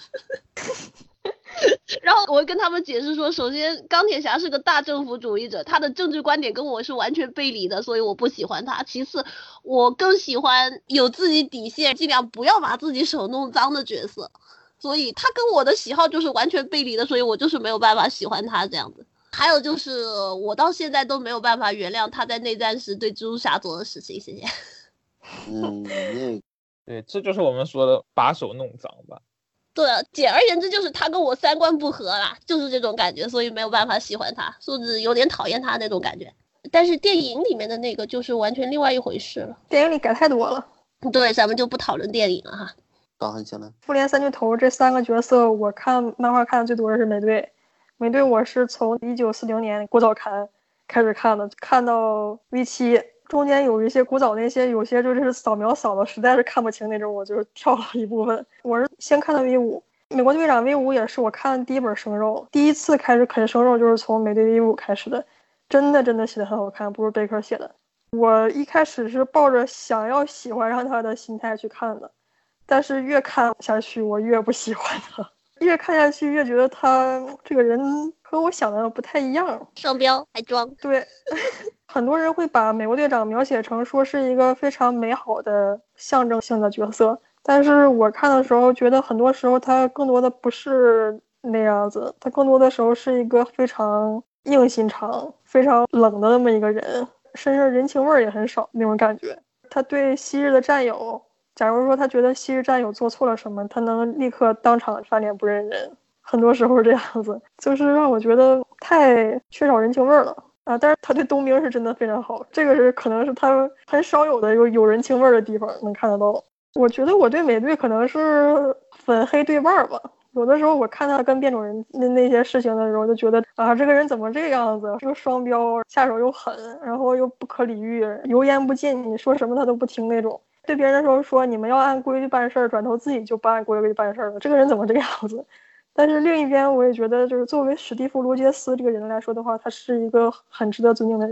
Speaker 2: 然后我会跟他们解释说，首先钢铁侠是个大政府主义者，他的政治观点跟我是完全背离的，所以我不喜欢他。其次，我更喜欢有自己底线，尽量不要把自己手弄脏的角色。所以他跟我的喜好就是完全背离的，所以我就是没有办法喜欢他这样子。还有就是我到现在都没有办法原谅他在内战时对蜘蛛侠做的事情，谢谢。
Speaker 3: 嗯，那
Speaker 4: 对，这就是我们说的把手弄脏吧。
Speaker 2: 对啊，简而言之就是他跟我三观不合啦，就是这种感觉，所以没有办法喜欢他，甚至有点讨厌他那种感觉。但是电影里面的那个就是完全另外一回事了，
Speaker 1: 电影里改太多了。
Speaker 2: 对，咱们就不讨论电影了哈。
Speaker 3: 刚很起来。
Speaker 1: 复联三巨头这三个角色，我看漫画看的最多的是美队。美队我是从一九四零年古早刊开始看的，看到 V 七。中间有一些古早那些，有些就是扫描扫的实在是看不清那种，我就跳了一部分。我是先看的 V 五，美国队长 V 五也是我看的第一本生肉，第一次开始啃生肉就是从美队 V 五开始的，真的真的写的很好看，不是贝克写的。我一开始是抱着想要喜欢上他的心态去看的，但是越看下去我越不喜欢他，越看下去越觉得他这个人和我想的不太一样，
Speaker 2: 双标还装。
Speaker 1: 对。很多人会把美国队长描写成说是一个非常美好的象征性的角色，但是我看的时候觉得很多时候他更多的不是那样子，他更多的时候是一个非常硬心肠非常冷的那么一个人，身上人情味也很少那种感觉。他对昔日的战友，假如说他觉得昔日战友做错了什么，他能立刻当场翻脸不认人，很多时候这样子，就是让我觉得太缺少人情味了啊，但是他对冬兵是真的非常好，这个是可能是他很少有的有有人情味的地方能看得到。我觉得我对美队可能是粉黑对半吧，有的时候我看他跟变种人那那些事情的时候，就觉得啊，这个人怎么这个样子，又双标，下手又狠，然后又不可理喻，油盐不进，你说什么他都不听那种。对别人的时候说你们要按规矩办事，转头自己就不按规矩办事了，这个人怎么这个样子？但是另一边我也觉得，就是作为史蒂夫·罗杰斯这个人来说的话，他是一个很值得尊敬的人。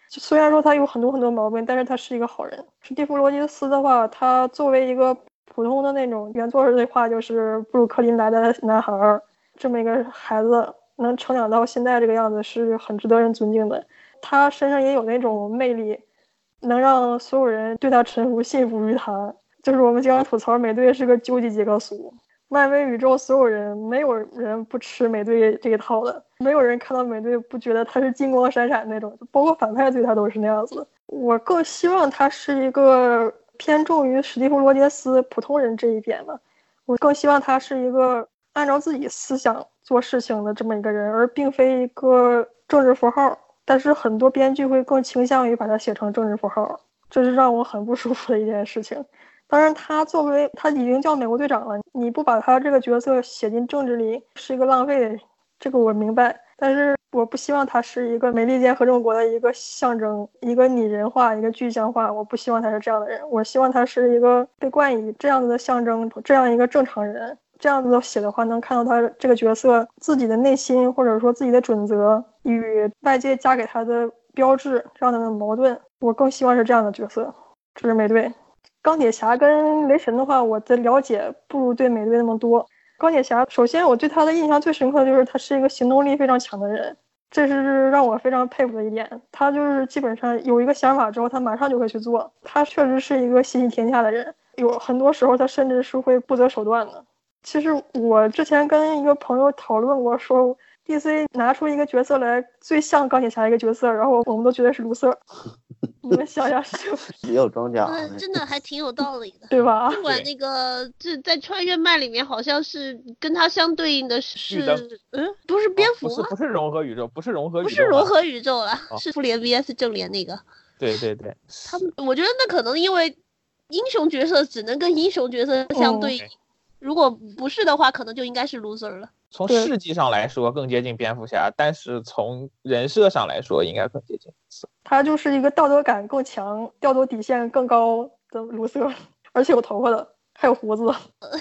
Speaker 1: 虽然说他有很多很多毛病，但是他是一个好人。史蒂夫·罗杰斯的话，他作为一个普通的那种原作的话，就是布鲁克林来的男孩，这么一个孩子能成长到现在这个样子，是很值得人尊敬的。他身上也有那种魅力，能让所有人对他臣服、信服于他。就是我们经常吐槽美队是个究极杰克苏，漫威宇宙所有人没有人不吃美队这一套的，没有人看到美队不觉得他是金光闪闪那种，包括反派对他都是那样子。我更希望他是一个偏重于史蒂夫·罗杰斯普通人这一点的，我更希望他是一个按照自己思想做事情的这么一个人，而并非一个政治符号。但是很多编剧会更倾向于把它写成政治符号，这是让我很不舒服的一件事情。当然他作为他已经叫美国队长了，你不把他这个角色写进政治里是一个浪费，这个我明白。但是我不希望他是一个美利坚合众国的一个象征，一个拟人化，一个具象化，我不希望他是这样的人。我希望他是一个被冠以这样子的象征，这样一个正常人。这样子写的话，能看到他这个角色自己的内心，或者说自己的准则与外界加给他的标志这样的矛盾，我更希望是这样的角色。这是美队。钢铁侠跟雷神的话，我的了解不如对美队那么多。钢铁侠首先我对他的印象最深刻的就是他是一个行动力非常强的人，这是让我非常佩服的一点。他就是基本上有一个想法之后他马上就会去做，他确实是一个心系天下的人，有很多时候他甚至是会不择手段的。其实我之前跟一个朋友讨论过，说 D C 拿出一个角色来最像钢铁侠一个角色，然后我们都觉得是卢瑟。你们想想是不是
Speaker 3: 也有庄家？
Speaker 2: 嗯，真的还挺有道理的，
Speaker 1: 对吧？
Speaker 2: 尽管那个这在穿越漫里面好像是跟他相对应的是，嗯，不是蝙蝠吗？
Speaker 4: 哦、不是不是融合宇宙，不是融合宇宙，
Speaker 2: 不是融合宇宙了，
Speaker 4: 哦、
Speaker 2: 是复联 V S 正联那个。
Speaker 4: 对对对，
Speaker 2: 他们我觉得那可能因为英雄角色只能跟英雄角色相对应。嗯，如果不是的话，可能就应该是 loser 了。
Speaker 4: 从事迹上来说更接近蝙蝠侠，但是从人设上来说应该更接近卢瑟。
Speaker 1: 他就是一个道德感更强、道德底线更高的卢瑟，而且有头发的，还有胡子。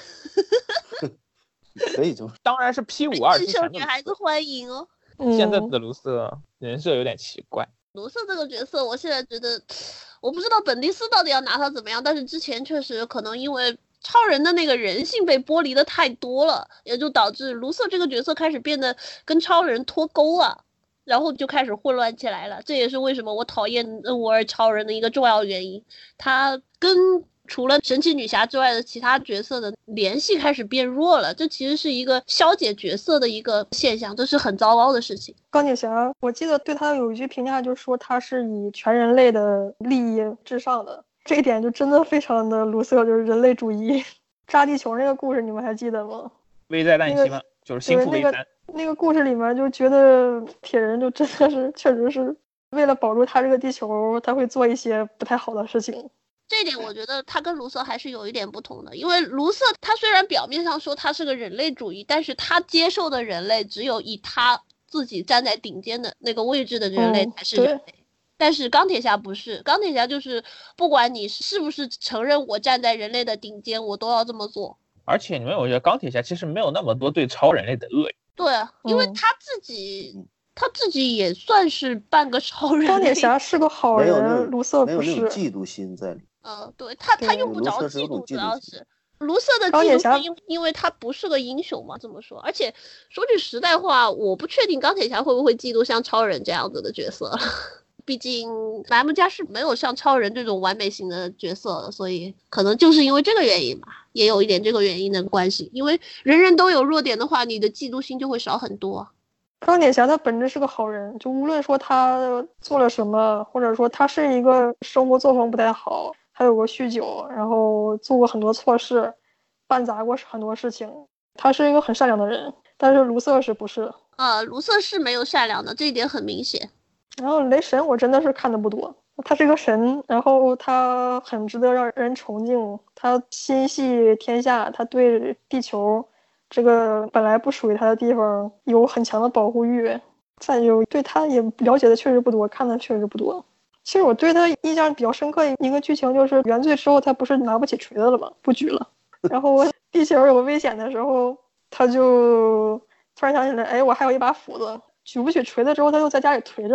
Speaker 3: 可以就
Speaker 4: 当然是 P 五十二之前的
Speaker 2: 女孩子欢迎哦。
Speaker 4: 现在的卢瑟人设有点奇怪。
Speaker 2: 卢瑟这个角色，我现在觉得，我不知道本蒂斯到底要拿他怎么样，但是之前确实可能因为超人的那个人性被剥离的太多了，也就导致卢瑟这个角色开始变得跟超人脱钩了，然后就开始混乱起来了。这也是为什么我讨厌恩沃尔超人的一个重要原因，他跟除了神奇女侠之外的其他角色的联系开始变弱了，这其实是一个消解角色的一个现象，这是很糟糕的事情。
Speaker 1: 钢铁侠我记得对他有一句评价，就是说他是以全人类的利益至上的，这一点就真的非常的卢瑟，就是人类主义。炸地球那个故事你们还记得吗？
Speaker 4: 危在旦夕吗、那个、就是心腹危难、
Speaker 1: 那个、那个故事里面就觉得铁人就真的是确实是为了保住他这个地球，他会做一些不太好的事情。
Speaker 2: 这一点我觉得他跟卢瑟还是有一点不同的，因为卢瑟他虽然表面上说他是个人类主义，但是他接受的人类只有以他自己站在顶尖的那个位置的人类才是人类、嗯、但是钢铁侠不是，钢铁侠就是不管你是不是承认我站在人类的顶尖，我都要这么做。
Speaker 4: 而且你们有觉得钢铁侠其实没有那么多对超人类的恶意。
Speaker 2: 对啊，因为他自己、嗯、他自己也算是半个超人。
Speaker 1: 钢铁侠是个好人，卢瑟不是，
Speaker 3: 没有那种嫉妒心在里。
Speaker 2: 呃，对他，他用不着嫉妒，主要是卢瑟的嫉妒是因因为他不是个英雄嘛，这么说。而且说句实在话，我不确定钢铁侠会不会嫉妒像超人这样子的角色，毕竟莱姆家是没有像超人这种完美型的角色的，所以可能就是因为这个原因吧，也有一点这个原因的关系。因为人人都有弱点的话，你的嫉妒心就会少很多。
Speaker 1: 钢铁侠他本质是个好人，就无论说他做了什么，或者说他是一个生活作风不太好，还有过酗酒，然后做过很多错事，办砸过很多事情，他是一个很善良的人。但是卢瑟是不是？
Speaker 2: 呃，卢瑟是没有善良的，这一点很明显。
Speaker 1: 然后雷神我真的是看的不多，他是个神，然后他很值得让人崇敬，他心系天下，他对地球这个本来不属于他的地方有很强的保护欲，再有对他也了解的确实不多，看的确实不多。其实我对他印象比较深刻一个剧情就是原罪之后他不是拿不起锤子了吗？不举了，然后地球有危险的时候他就突然想起来，哎，我还有一把斧子，举不起锤子之后他就在家里颓着了，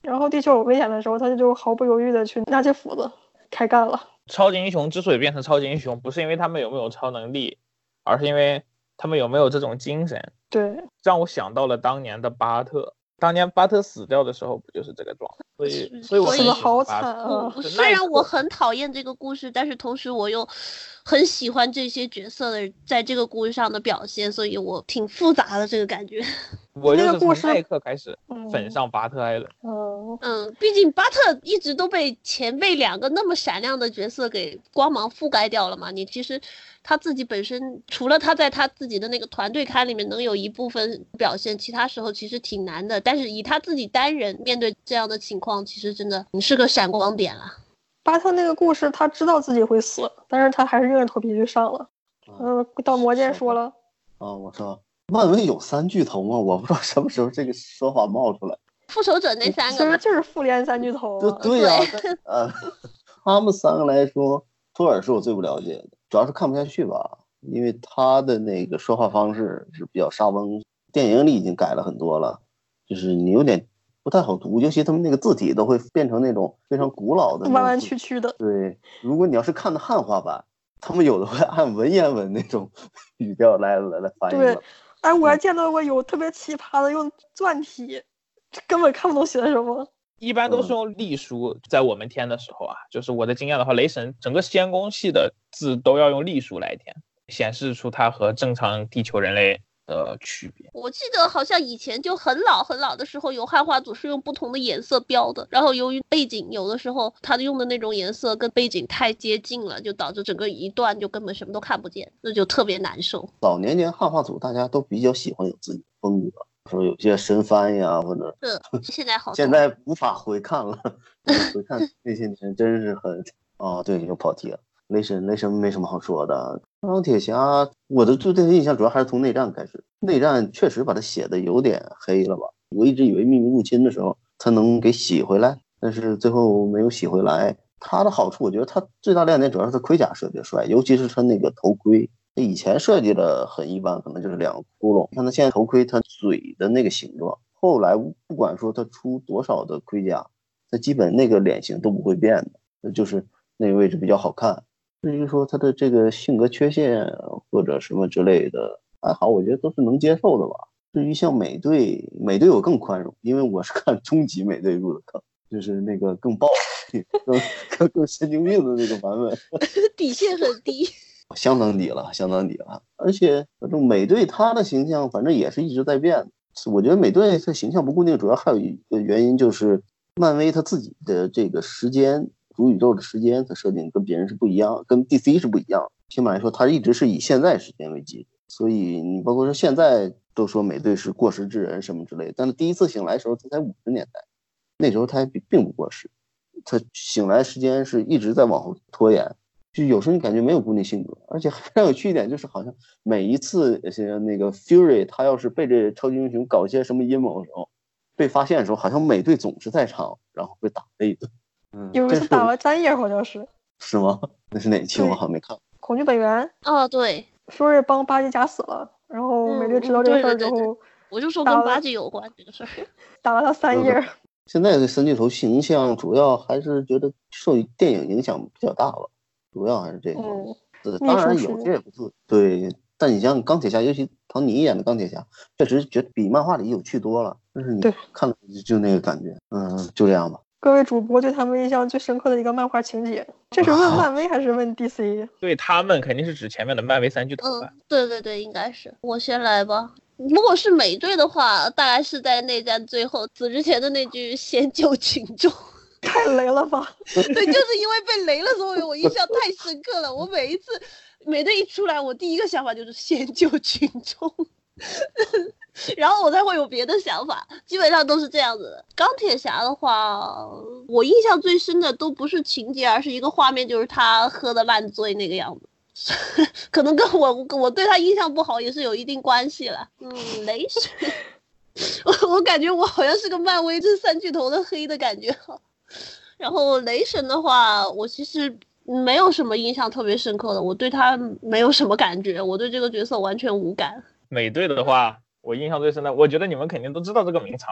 Speaker 1: 然后地球有危险的时候，他就毫不犹豫的去拿起斧子开干了。
Speaker 4: 超级英雄之所以变成超级英雄，不是因为他们有没有超能力，而是因为他们有没有这种精神。
Speaker 1: 对，
Speaker 4: 让我想到了当年的巴特，当年巴特死掉的时候不就是这个状态？所以所以我很喜欢
Speaker 1: 好
Speaker 4: 巴特
Speaker 1: 惨啊！
Speaker 2: 虽然我很讨厌这个故事，但是同时我又很喜欢这些角色的在这个故事上的表现，所以我挺复杂的这个感觉。
Speaker 4: 我就是从那一刻开始粉上巴特艾伦。
Speaker 1: 嗯
Speaker 2: 嗯，毕竟巴特一直都被前辈两个那么闪亮的角色给光芒覆盖掉了嘛。你其实他自己本身，除了他在他自己的那个团队刊里面能有一部分表现，其他时候其实挺难的。但是以他自己单人面对这样的情况，其实真的你是个闪光点了。
Speaker 1: 巴特那个故事，他知道自己会死，但是他还是硬着头皮去上了。嗯、呃，到魔剑说了
Speaker 3: 啊，我说漫威有三巨头吗？我不知道什么时候这个说法冒出来。
Speaker 2: 复仇者那三个
Speaker 1: 其实就是复联三巨头、
Speaker 3: 啊。对呀、啊，呃，他们三个来说，托尔是我最不了解的，主要是看不下去吧，因为他的那个说话方式是比较沙翁，电影里已经改了很多了，就是你有点不太好读，尤其他们那个字体都会变成那种非常古老的
Speaker 1: 弯弯曲曲的。
Speaker 3: 对，如果你要是看的汉化版，他们有的会按文言文那种语调来来来翻译。
Speaker 1: 对，哎，我还见到过有特别奇葩的用篆体，根本看不懂写的什么。
Speaker 4: 一般都是用隶书，在我们填的时候啊，就是我的经验的话，雷神整个仙宫系的字都要用隶书来填，显示出它和正常地球人类的区别。
Speaker 2: 我记得好像以前就很老很老的时候，有汉化组是用不同的颜色标的，然后由于背景有的时候它用的那种颜色跟背景太接近了，就导致整个一段就根本什么都看不见，那就特别难受。
Speaker 3: 早年间汉化组大家都比较喜欢有自己的风格，说有些神翻呀，或者
Speaker 2: 是现在好，
Speaker 3: 现在无法回看了，回看那些年真是很啊，对，又跑题了。雷神，雷神没什么好说的。钢铁侠，我的对他的印象主要还是从内战开始，内战确实把他写的有点黑了吧。我一直以为秘密入侵的时候他能给洗回来，但是最后没有洗回来。他的好处，我觉得他最大亮点主要是他盔甲设计的帅，尤其是他那个头盔。以前设计的很一般，可能就是两个窟窿。看他现在头盔，他嘴的那个形状，后来不管说他出多少的盔甲，他基本那个脸型都不会变的，那就是那个位置比较好看。至于说他的这个性格缺陷或者什么之类的，还好，我觉得都是能接受的吧。至于像美队，美队我更宽容，因为我是看终极美队入的坑，就是那个更暴力、更更更神经病的那个版本，
Speaker 2: 底线很低。
Speaker 3: 相当低了，相当低了。而且反正美队他的形象反正也是一直在变。我觉得美队他形象不固定，主要还有一个原因就是漫威他自己的这个时间，主宇宙的时间他设定跟别人是不一样，跟 D C 是不一样。起码来说，他一直是以现在时间为基础，所以你包括说现在都说美队是过时之人什么之类的，但是第一次醒来的时候他才五十年代，那时候他还并不过时，他醒来时间是一直在往后拖延。就有时候你感觉没有固定性格，而且非常有趣一点，就是好像每一次那个 Fury 他要是被这超级英雄搞一些什么阴谋的时候，被发现的时候，好像美队总是在场，然后被打了一顿。嗯，
Speaker 1: 有一次打了三页，好像是。
Speaker 3: 是吗？那是哪期？我好像没看。
Speaker 1: 恐惧本源。
Speaker 2: 哦，对。
Speaker 1: Fury 帮巴基甲死了，然后美队知道这个事儿之后、嗯对对对，
Speaker 2: 我就说跟巴基有关这个事儿，
Speaker 1: 打了他三页。
Speaker 3: 现在的三巨头形象主要还是觉得受电影影响比较大了。主要还是这个，嗯、当然有些也不是对，但你像钢铁侠，尤其唐尼演的钢铁侠，确实觉得比漫画里有趣多了。但是你看了就那个感觉，嗯，就这样吧。
Speaker 1: 各位主播对他们印象最深刻的一个漫画情节，这是问漫威还是问 D C？
Speaker 4: 对他们肯定是指前面的漫威三巨头吧、
Speaker 2: 嗯？对对对，应该是。我先来吧。如果是美队的话，大概是在内战最后死之前的那句“先救群众”。
Speaker 1: 太雷了吧？
Speaker 2: 对，就是因为被雷了，所以我印象太深刻了。我每一次美队一出来，我第一个想法就是先救群众，然后我才会有别的想法，基本上都是这样子的。钢铁侠的话，我印象最深的都不是情节，而是一个画面，就是他喝的烂醉那个样子。可能跟我我对他印象不好也是有一定关系了。嗯，雷神，我我感觉我好像是个漫威这三巨头的黑的感觉。然后雷神的话，我其实没有什么印象特别深刻的，我对他没有什么感觉，我对这个角色完全无感。
Speaker 4: 美队的话，我印象最深的，我觉得你们肯定都知道这个名场面，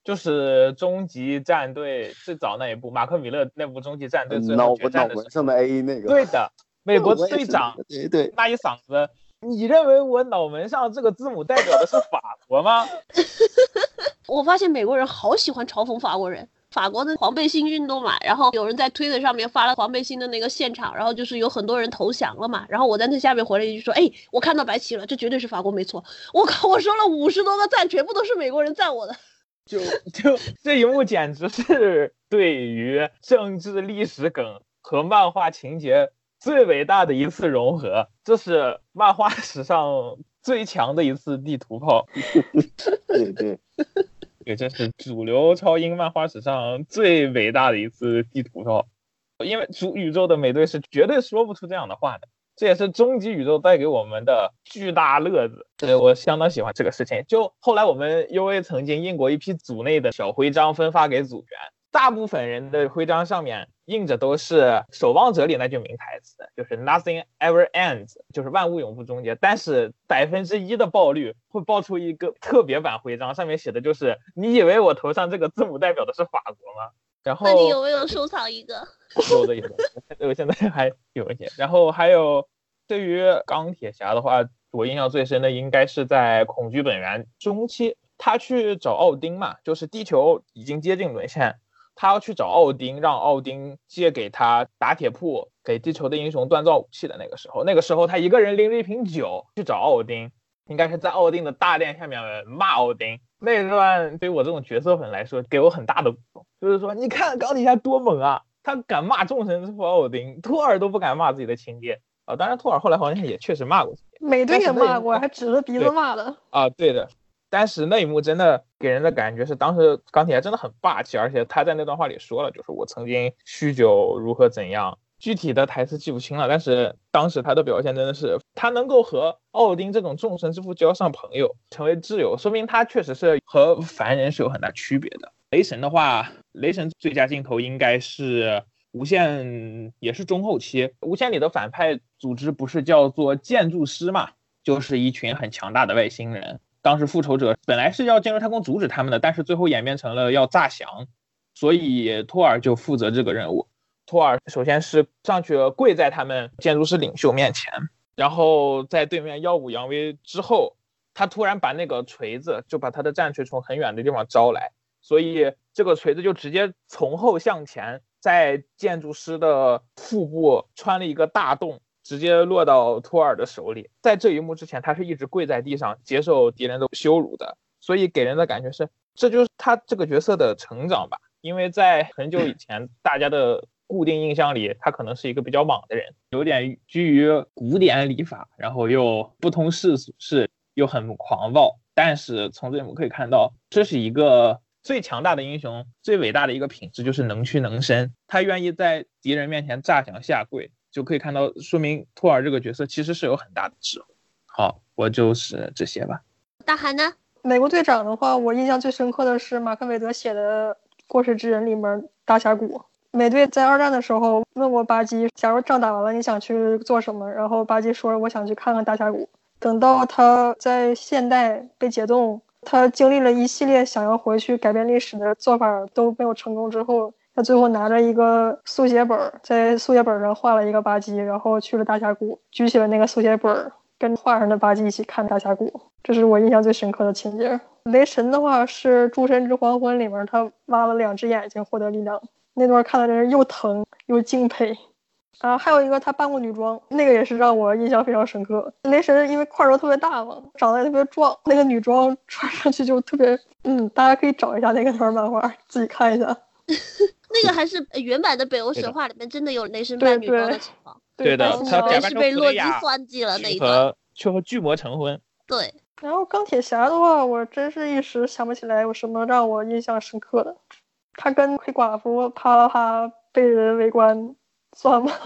Speaker 4: 就是终极战队最早那一部，马克米勒那部终极战队最后决战的时候，
Speaker 3: 上的 A 那个。
Speaker 4: 对的，美国队长
Speaker 3: 对对
Speaker 4: 那一嗓子，你认为我脑门上这个字母代表的是法国吗？
Speaker 2: 我发现美国人好喜欢嘲讽法国人。法国的黄背心运动嘛，然后有人在推特上面发了黄背心的那个现场，然后就是有很多人投降了嘛，然后我在那下面回了一句说，哎，我看到白旗了，这绝对是法国没错。我靠，我说了五十多个赞，全部都是美国人赞我的。
Speaker 4: 就就这一幕简直是对于政治历史梗和漫画情节最伟大的一次融合，这是漫画史上最强的一次地图炮。
Speaker 3: 对对
Speaker 4: 对，这是主流超英漫画史上最伟大的一次地图炮，因为主宇宙的美队是绝对说不出这样的话的，这也是终极宇宙带给我们的巨大乐子。对，我相当喜欢这个事情。就后来我们 U A 曾经印过一批组内的小徽章分发给组员，大部分人的徽章上面印着都是《守望者》里那句名台词，就是 Nothing ever ends， 就是万物永不终结。但是百分之一的爆率会爆出一个特别版徽章，上面写的就是你以为我头上这个字母代表的是法国吗？然后
Speaker 2: 那你有没有收藏一个？
Speaker 4: 有的有的，我现在还有一些。然后还有对于钢铁侠的话，我印象最深的应该是在恐惧本源中期，他去找奥丁嘛，就是地球已经接近沦陷，他要去找奥丁，让奥丁借给他打铁铺，给地球的英雄锻造武器的那个时候，那个时候他一个人拎着一瓶酒去找奥丁，应该是在奥丁的大殿下面骂奥丁。那一段对于我这种角色粉来说，给我很大的鼓动，就是说你看钢铁侠多猛啊，他敢骂众神之父奥丁，托尔都不敢骂自己的亲爹啊。当然托尔后来好像也确实骂过，
Speaker 1: 美队也骂过，还指着鼻子骂的
Speaker 4: 啊。对的，但是那一幕真的给人的感觉是，当时钢铁侠真的很霸气，而且他在那段话里说了，就是我曾经酗酒如何怎样，具体的台词记不清了，但是当时他的表现真的是，他能够和奥丁这种众神之父交上朋友，成为挚友，说明他确实是和凡人是有很大区别的。雷神的话，雷神最佳镜头应该是无限，也是中后期，无限里的反派组织不是叫做建筑师嘛，就是一群很强大的外星人。当时复仇者本来是要进入太空阻止他们的，但是最后演变成了要炸降，所以托尔就负责这个任务。托尔首先是上去跪在他们建筑师领袖面前，然后在对面耀武扬威之后，他突然把那个锤子，就把他的战锤从很远的地方招来，所以这个锤子就直接从后向前，在建筑师的腹部穿了一个大洞，直接落到托尔的手里。在这一幕之前，他是一直跪在地上接受敌人的羞辱的，所以给人的感觉是，这就是他这个角色的成长吧。因为在很久以前，大家的固定印象里，他可能是一个比较莽的人，有点居于古典礼法，然后又不通世俗事，又很狂暴。但是从这里我们可以看到，这是一个最强大的英雄，最伟大的一个品质就是能屈能伸，他愿意在敌人面前诈降下跪，就可以看到说明托尔这个角色其实是有很大的智慧。好，我就是这些吧。
Speaker 2: 大韩呢？
Speaker 1: 美国队长的话，我印象最深刻的是马克韦德写的《过世之人》里面大峡谷。美队在二战的时候问过巴基，假如仗打完了你想去做什么，然后巴基说我想去看看大峡谷。等到他在现代被解冻，他经历了一系列想要回去改变历史的做法都没有成功之后，他最后拿着一个速写本，在速写本上画了一个巴基，然后去了大峡谷，举起了那个速写本，跟画上的巴基一起看大峡谷。这是我印象最深刻的情节。雷神的话是《诸神之黄昏》里面他挖了两只眼睛获得力量，那段看的人又疼又敬佩啊。还有一个他扮过女装，那个也是让我印象非常深刻。雷神因为块头特别大嘛，长得也特别壮，那个女装穿上去就特别嗯，大家可以找一下那个段漫画自己看一下。
Speaker 2: 那个还是原版的北欧神话里面真的有雷神扮女装的情况。
Speaker 4: 对的，他假扮
Speaker 2: 是被洛基算计了那一
Speaker 4: 段，去和巨魔成婚。
Speaker 2: 对。
Speaker 1: 然后钢铁侠的话，我真是一时想不起来有什么让我印象深刻的。他跟黑寡妇啪啦啪被人围观算吗？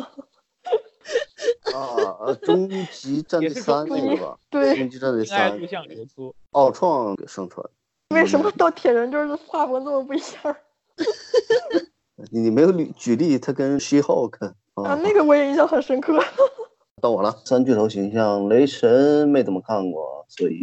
Speaker 3: 啊，终极战队三那个吧，
Speaker 1: 对，
Speaker 3: 终极战队三，奥创给生存。
Speaker 1: 为什么到铁人就是画风这么不一样？
Speaker 3: 你没有举例，他跟 She-Hulk
Speaker 1: 啊，那个我也印象很深刻。
Speaker 3: 到我了，三巨头形象，雷神没怎么看过，所以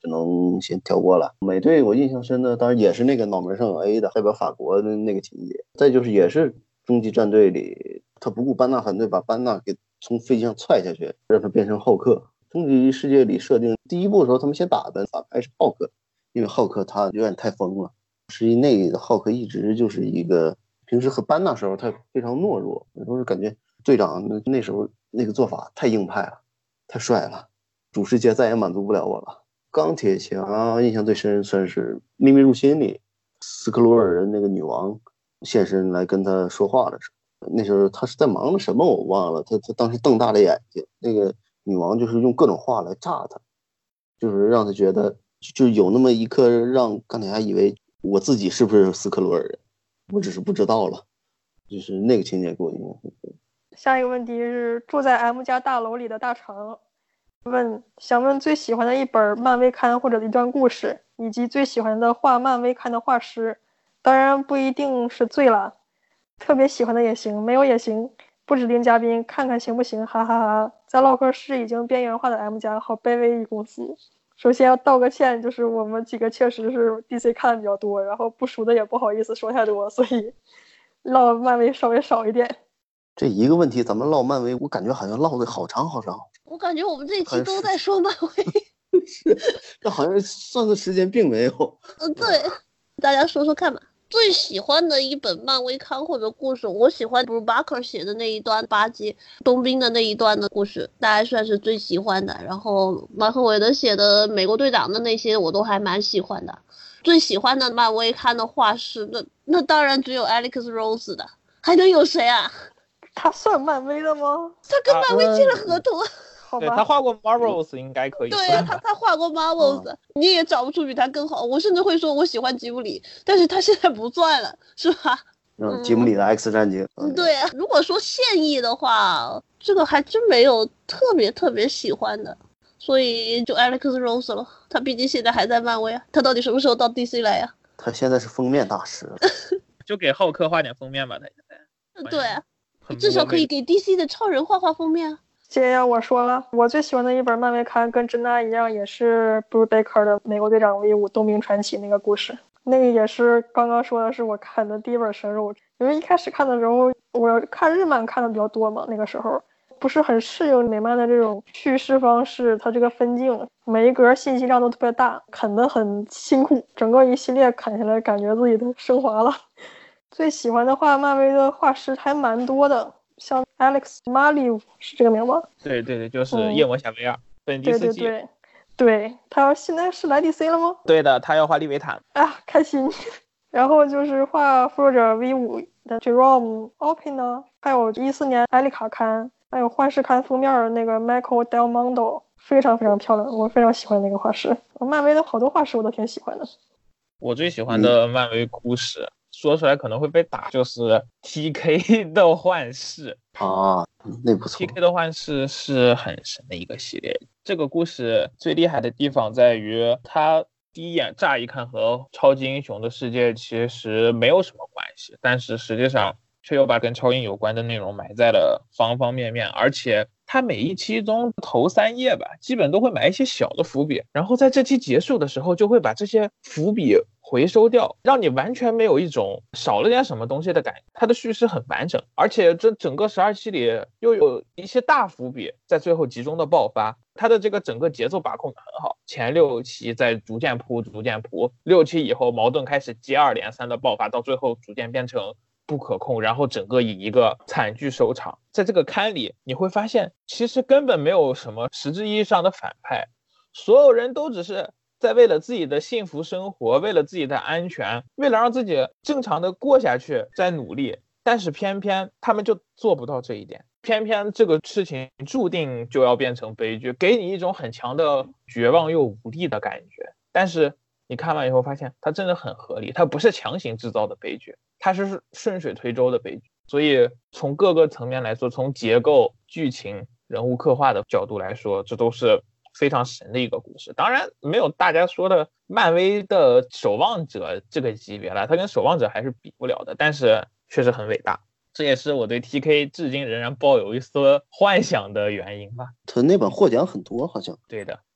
Speaker 3: 只能先跳过了。美队我印象深的当然也是那个脑门上有 A 的代表法国的那个情节，再就是也是终极战队里他不顾班纳反对把班纳给从飞机上踹下去，让他变成浩克。终极世界里设定第一部的时候他们先打的反派是浩克，因为浩克他有点太疯了。实际那里的浩克一直就是一个平时和班纳时候他非常懦弱，都是感觉队长那时候那个做法太硬派了，太帅了，主世界再也满足不了我了。钢铁侠印象最深算是秘密入侵里斯克罗尔人那个女王现身来跟他说话的时候，那时候他是在忙着什么我忘了，他他当时瞪大了眼睛，那个女王就是用各种话来炸他，就是让他觉得就有那么一刻让钢铁侠以为我自己是不是斯克罗尔人，我只是不知道了，就是那个情节给我印象很深。
Speaker 1: 下一个问题是住在 M 家大楼里的大肠问，想问最喜欢的一本漫威刊或者一段故事，以及最喜欢的画漫威刊的画师，当然不一定是最啦，特别喜欢的也行，没有也行，不指定嘉宾，看看行不行，哈哈哈哈。在唠嗑室已经边缘化的 M 家，好卑微一公司。首先要道个歉，就是我们几个确实是 D C 看的比较多，然后不熟的也不好意思说太多，所以唠漫威稍微少一点。
Speaker 3: 这一个问题咱们唠漫威我感觉好像唠的好长好长，
Speaker 2: 我感觉我们这一期都在说漫威。
Speaker 3: 是，这好像算的时间并没有。
Speaker 2: 嗯，对，大家说说看吧。最喜欢的一本漫威刊或者故事，我喜欢 Bruce Barker 写的那一段八集冬兵的那一段的故事，大概算是最喜欢的。然后马克韦德写的美国队长的那些我都还蛮喜欢的。最喜欢的漫威刊的画师，那那当然只有 Alex Ross 的，还能有谁啊？
Speaker 1: 他算漫威的吗？
Speaker 2: 他跟漫威签了合同啊。
Speaker 1: 好吧，
Speaker 4: 对，他画过 Marvels 应该可以。
Speaker 2: 对呀、啊，他他画过 Marvels，、嗯、你也找不出比他更好。我甚至会说我喜欢吉卜力，但是他现在不算了，是吧？
Speaker 3: 嗯，吉卜力的 X 战警。
Speaker 2: 嗯，对啊。如果说现役的话，这个还真没有特别特别喜欢的，所以就 Alex Ross 了。他毕竟现在还在漫威啊，他到底什么时候到 D C 来呀、
Speaker 3: 啊？他现在是封面大师了。
Speaker 4: 就给浩克画点封面吧，他现在。
Speaker 2: 对啊，至少可以给 D C 的超人画画封面啊。
Speaker 1: 接着我说了，我最喜欢的一本漫威刊跟真娜一样，也是 Bruce Baker 的美国队长 V 五冬兵传奇那个故事，那个也是刚刚说的是我看的第一本神肉。因为一开始看的时候我看日漫看的比较多嘛，那个时候不是很适应美漫的这种叙事方式，它这个分镜每一格信息量都特别大，啃得很辛苦，整个一系列啃下来感觉自己都升华了。最喜欢的画漫威的画师还蛮多的，像 Alex Maleev 是这个名吗？
Speaker 4: 对对对，就是夜魔侠维尔，本第四季。
Speaker 1: 对对对对，他现在是来 D C 了吗？
Speaker 4: 对的，他要画利维坦。
Speaker 1: 啊，开心。然后就是画复仇者 V 五 的 Jerome Opener， 还有一四年艾丽卡刊，还有幻视刊封面那个 Michael Del Mondo， 非常非常漂亮，我非常喜欢那个画师。漫威的好多画师我都挺喜欢的。
Speaker 4: 我最喜欢的漫威故事、嗯、说出来可能会被打，就是 T K 的幻视
Speaker 3: 啊，那不错。
Speaker 4: T K 的幻视是很神的一个系列，这个故事最厉害的地方在于它第一眼乍一看和超级英雄的世界其实没有什么关系，但是实际上却又把跟超英有关的内容埋在了方方面面，而且它每一期中头三页吧，基本都会埋一些小的伏笔，然后在这期结束的时候就会把这些伏笔回收掉，让你完全没有一种少了点什么东西的感觉。它的叙事很完整，而且这整个十二期里又有一些大伏笔在最后集中的爆发，它的这个整个节奏把控得很好，前六期在逐渐铺逐渐铺，六期以后矛盾开始接二连三的爆发，到最后逐渐变成不可控，然后整个以一个惨剧收场。在这个刊里你会发现其实根本没有什么实质意义上的反派，所有人都只是在为了自己的幸福生活，为了自己的安全，为了让自己正常的过下去在努力，但是偏偏他们就做不到这一点，偏偏这个事情注定就要变成悲剧，给你一种很强的绝望又无力的感觉。但是你看完以后发现它真的很合理，它不是强行制造的悲剧，它是顺水推舟的悲剧。所以从各个层面来说，从结构、剧情、人物刻画的角度来说，这都是非常神的一个故事。当然没有大家说的漫威的守望者这个级别了，它跟守望者还是比不了的，但是确实很伟大，这也是我对 T K 至今仍然抱有一丝幻想的原因吧。
Speaker 3: 他那本获奖很多好像。
Speaker 4: 对的，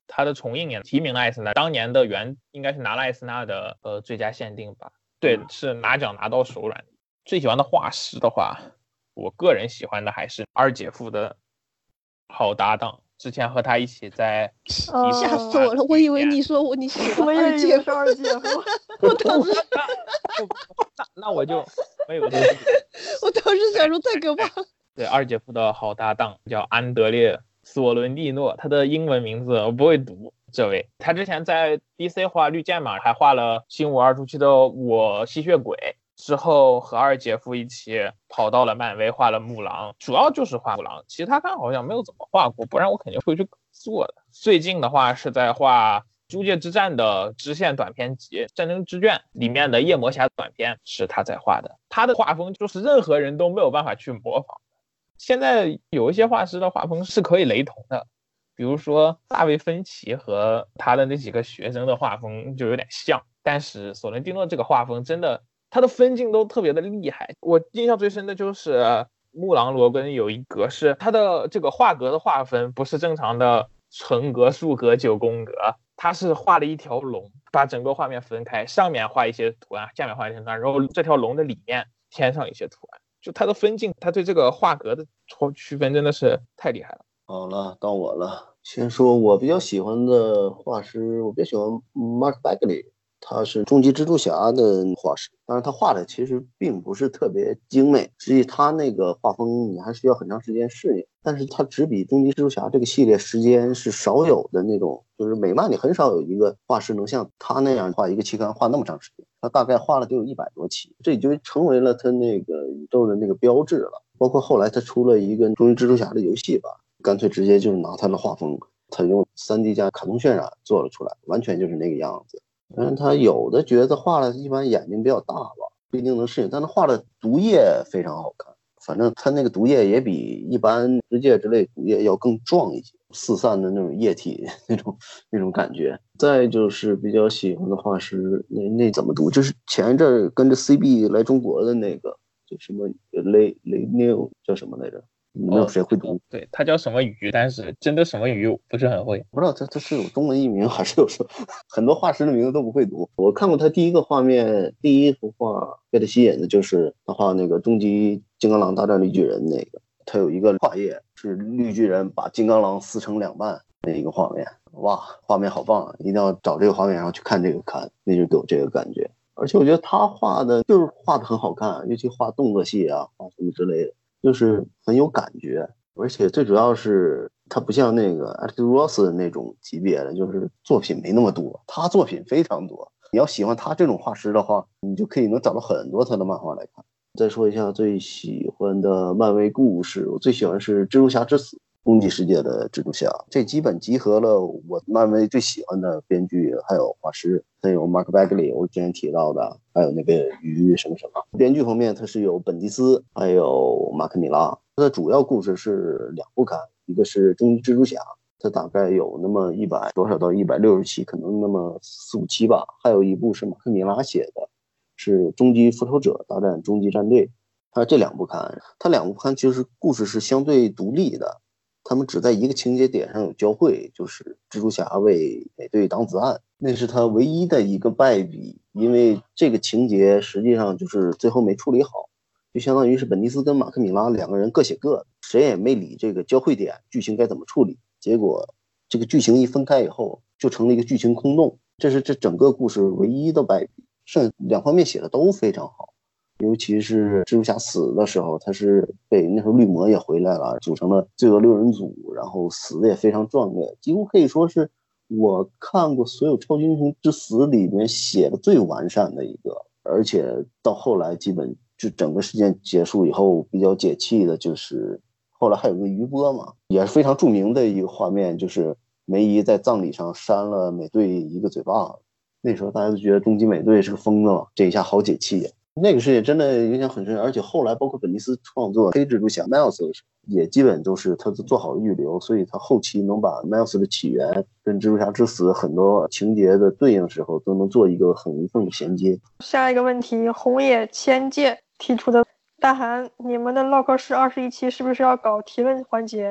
Speaker 4: 他的重映也提名了艾斯纳，当年的原应该是拿了艾斯纳的呃最佳限定吧，对，是拿奖拿到手软。最喜欢的画师的话，我个人喜欢的还是二姐夫的好搭档，之前和他一起在
Speaker 1: 哦
Speaker 2: 吓死我了，我以为你说我你喜
Speaker 1: 我
Speaker 2: 欢
Speaker 1: 也以为是
Speaker 2: 二姐夫，
Speaker 1: 二姐夫。
Speaker 2: 我当时
Speaker 4: 那那我就没有这
Speaker 2: 我当时想说太可怕了。
Speaker 4: 对，二姐夫的好搭档叫安德烈索伦蒂诺，他的英文名字我不会读。这位他之前在 D C 画绿箭嘛，还画了新五二出期的我吸血鬼，之后和二姐夫一起跑到了漫威画了木狼，主要就是画木狼，其他他好像没有怎么画过，不然我肯定会去做的。最近的话是在画租界之战的支线短篇集战争之卷里面的夜魔侠短篇是他在画的，他的画风就是任何人都没有办法去模仿。现在有一些画师的画风是可以雷同的，比如说大卫芬奇和他的那几个学生的画风就有点像，但是索伦蒂诺这个画风真的他的分镜都特别的厉害。我印象最深的就是木狼罗根有一格是他的这个画格的划分不是正常的横格竖格九宫格，他是画了一条龙，把整个画面分开，上面画一些图案，下面画一些图案，然后这条龙的里面添上一些图案，就他的分镜，他对这个画格的区分真的是太厉害了。
Speaker 3: 好了，到我了。先说我比较喜欢的画师，我比较喜欢 Mark Bagley， 他是终极蜘蛛侠的画师，当然他画的其实并不是特别精美，实际他那个画风你还需要很长时间适应，但是他只比终极蜘蛛侠这个系列时间是少有的那种，就是美漫里很少有一个画师能像他那样画一个期刊画那么长时间，他大概画了就有一百多期，这已经成为了他那个宇宙的那个标志了。包括后来他出了一个终极蜘蛛侠的游戏吧，干脆直接就是拿他的画风，他用 三 D 加卡通渲染做了出来，完全就是那个样子。但是他有的角色画了一般眼睛比较大吧，不一定能适应，但他画的毒液非常好看，反正他那个毒液也比一般世界之类毒液要更壮一些，四散的那种液体那种那种感觉。再就是比较喜欢的画师，那那怎么读？就是前一阵跟着 C B 来中国的那个叫什么雷雷纽叫什么来着？你们有谁会读？
Speaker 4: 哦、对，他叫什么鱼，但是真的什么鱼我不是很会，
Speaker 3: 不知道他他是有中文译名还是有什么，很多画师的名字都不会读。我看过他第一个画面，第一幅画被他吸引的就是他画那个终极金刚狼大战绿巨人那个，他有一个画页是绿巨人把金刚狼撕成两半那一个画面，哇，画面好棒啊！一定要找这个画面然后去看这个看，那就给我这个感觉。而且我觉得他画的就是画的很好看，尤其画动作戏啊，画什么之类的，就是很有感觉。而且最主要是他不像那个 Alex Ross 那种级别的，就是作品没那么多，他作品非常多。你要喜欢他这种画师的话，你就可以能找到很多他的漫画来看。再说一下最喜欢的漫威故事，我最喜欢是蜘蛛侠之死，终极世界的蜘蛛侠，这基本集合了我漫威最喜欢的编剧还有画师，他有 Mark Bagley 我之前提到的，还有那个鱼什么什么。编剧方面他是有本迪斯还有马克米拉，他的主要故事是两部刊，一个是终极蜘蛛侠，它大概有那么一百多少到一百六十期，可能那么四五期吧，还有一部是马克米拉写的，是终极复仇者大战终极战队。他这两部刊，他两部刊其实故事是相对独立的，他们只在一个情节点上有交汇，就是蜘蛛侠为美队挡子弹，那是他唯一的一个败笔，因为这个情节实际上就是最后没处理好，就相当于是本迪斯跟马克米拉两个人各写各的，谁也没理这个交汇点剧情该怎么处理，结果这个剧情一分开以后就成了一个剧情空洞，这是这整个故事唯一的败笔。剩两方面写的都非常好，尤其是蜘蛛侠死的时候，他是被那时候绿魔也回来了，组成了罪恶六人组，然后死的也非常壮烈，几乎可以说是我看过所有超级英雄之死里面写的最完善的一个。而且到后来基本就整个事件结束以后比较解气的就是后来还有个余波嘛，也是非常著名的一个画面，就是梅姨在葬礼上扇了美队一个嘴巴子，那时候大家都觉得终极美队是个疯子嘛，这一下好解气呀。那个事也真的影响很深，而且后来包括本尼斯创作黑蜘蛛侠 Miles 的时候，也基本都是他做好预留，所以他后期能把 Miles 的起源跟蜘蛛侠之死很多情节的对应时候都能做一个很无缝的衔接。
Speaker 1: 下一个问题，红野千界提出的，大韩，你们的唠嗑室二十一期是不是要搞提问环节？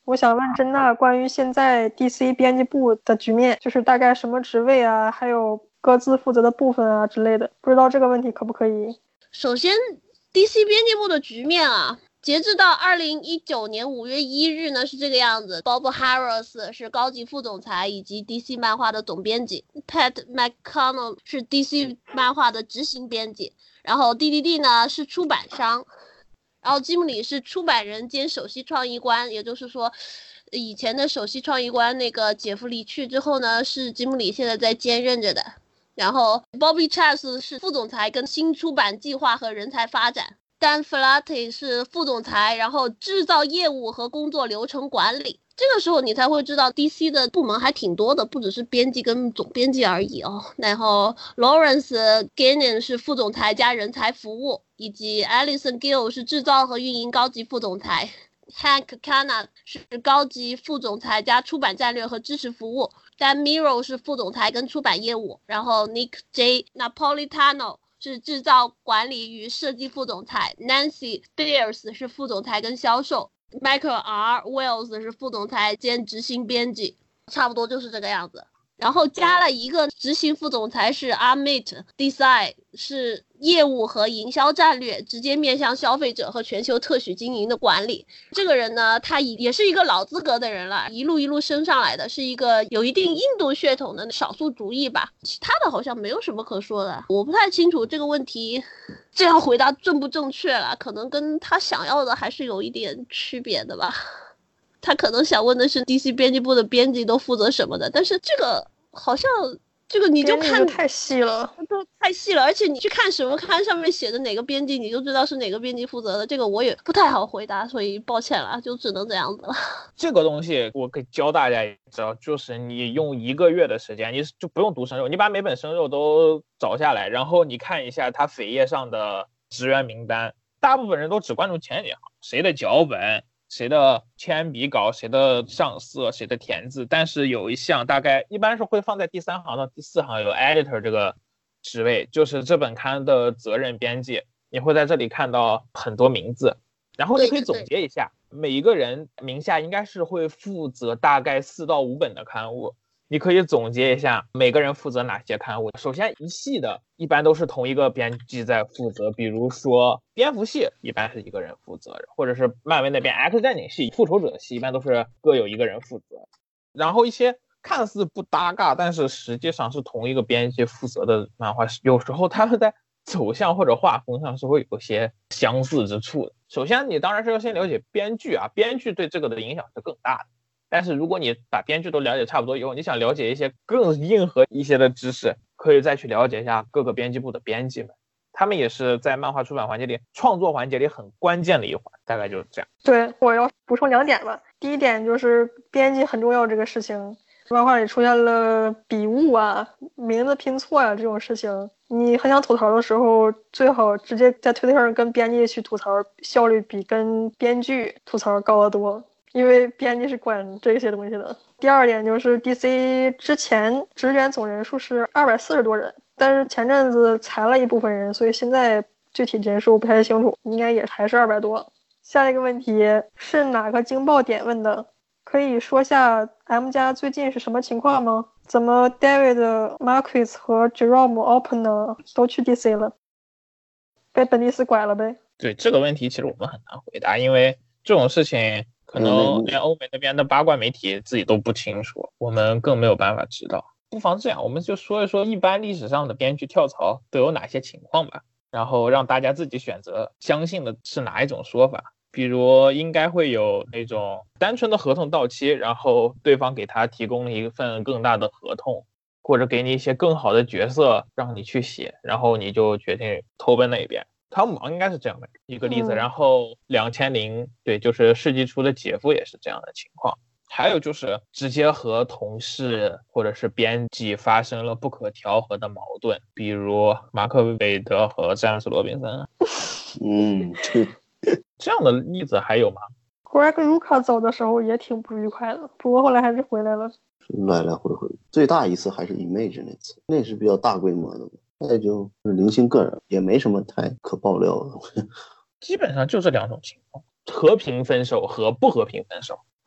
Speaker 1: 我想问珍娜关于现在 D C 编辑部的局面，就是大概什么职位啊，还有各自负责的部分啊之类的，不知道这个问题可不可以？
Speaker 2: 首先 D C 编辑部的局面啊，截至到二零一九年五月一日呢是这个样子。 Bob Harras 是高级副总裁以及 D C 漫画的总编辑， Pat McConnell 是 D C 漫画的执行编辑，然后 D D D 呢是出版商，然后吉姆里是出版人兼首席创意官，也就是说以前的首席创意官那个杰夫离去之后呢，是吉姆里现在在兼任着的。然后 Bobby Chase 是副总裁跟新出版计划和人才发展， Dan Flaherty 是副总裁，然后制造业务和工作流程管理。这个时候你才会知道 D C 的部门还挺多的，不只是编辑跟总编辑而已哦。然后 Lawrence Gannon 是副总裁加人才服务，以及 Alison Gill 是制造和运营高级副总裁， Hank Kana 是高级副总裁加出版战略和知识服务， Dan Miro 是副总裁跟出版业务，然后 Nick J Napolitano 是制造管理与设计副总裁， Nancy Spears 是副总裁跟销售， Michael R Wells 是副总裁兼执行编辑，差不多就是这个样子。然后加了一个执行副总裁是 Amit Desai， 是业务和营销战略，直接面向消费者和全球特许经营的管理。这个人呢，他也是一个老资格的人了，一路一路升上来的，是一个有一定印度血统的少数族裔吧。其他的好像没有什么可说的，我不太清楚这个问题这样回答正不正确了，可能跟他想要的还是有一点区别的吧。他可能想问的是 D C 编辑部的编辑都负责什么的，但是这个好像这个你就看
Speaker 1: 太细了，
Speaker 2: 都太细了，而且你去看什么刊上面写的哪个编辑，你就知道是哪个编辑负责的，这个我也不太好回答，所以抱歉了，就只能这样子了。
Speaker 4: 这个东西我可以教大家一招，就是你用一个月的时间，你就不用读生肉，你把每本生肉都找下来，然后你看一下他扉页上的职员名单，大部分人都只关注前几行，谁的脚本，谁的铅笔稿，谁的上色，谁的填字，但是有一项大概一般是会放在第三行到第四行，有 editor 这个职位，就是这本刊的责任编辑，你会在这里看到很多名字，然后你可以总结一下，每一个人名下应该是会负责大概四到五本的刊物，你可以总结一下每个人负责哪些刊物。首先一系的一般都是同一个编辑在负责，比如说蝙蝠系一般是一个人负责，或者是漫威那边 X 战警系、复仇者系一般都是各有一个人负责。然后一些看似不搭嘎但是实际上是同一个编辑负责的漫画，有时候他们在走向或者画风上是会有些相似之处的。首先你当然是要先了解编剧啊，编剧对这个的影响是更大的，但是如果你把编剧都了解差不多以后，你想了解一些更硬核一些的知识，可以再去了解一下各个编辑部的编辑们，他们也是在漫画出版环节里创作环节里很关键的一环，大概就是这样。
Speaker 1: 对，我要补充两点吧。第一点就是编辑很重要这个事情，漫画里出现了笔误啊、名字拼错啊这种事情，你很想吐槽的时候，最好直接在推特上跟编辑去吐槽，效率比跟编剧吐槽高得多，因为编辑是管这些东西的。第二点就是 D C 之前职员总人数是二百四十多人，但是前阵子裁了一部分人，所以现在具体人数不太清楚，应该也还是二百多。下一个问题是哪个惊爆点问的，可以说下 M 家最近是什么情况吗？怎么 David Marquis 和 Jerome Opener 都去 D C 了？被本蒂斯拐了呗？
Speaker 4: 对，这个问题其实我们很难回答，因为这种事情可能连欧美那边的八卦媒体自己都不清楚，我们更没有办法知道。不妨这样，我们就说一说一般历史上的编剧跳槽都有哪些情况吧，然后让大家自己选择相信的是哪一种说法。比如应该会有那种单纯的合同到期，然后对方给他提供了一份更大的合同，或者给你一些更好的角色让你去写，然后你就决定投奔那边。汤姆芒应该是这样的一个例子，然后两千零对，就是世纪初的姐夫也是这样的情况。还有就是直接和同事或者是编辑发生了不可调和的矛盾，比如马克韦德和詹姆斯罗宾森。
Speaker 3: 嗯，
Speaker 4: 这样的例子还有吗？
Speaker 1: Greg Rucka 走的时候也挺不愉快的，不过后来还是回来了。
Speaker 3: 来来回回，最大一次还是 Image 那次，那是比较大规模的，那就是零星个人，也没什么太可爆料的。
Speaker 4: 基本上就这两种情况，和平分手和不和平分手。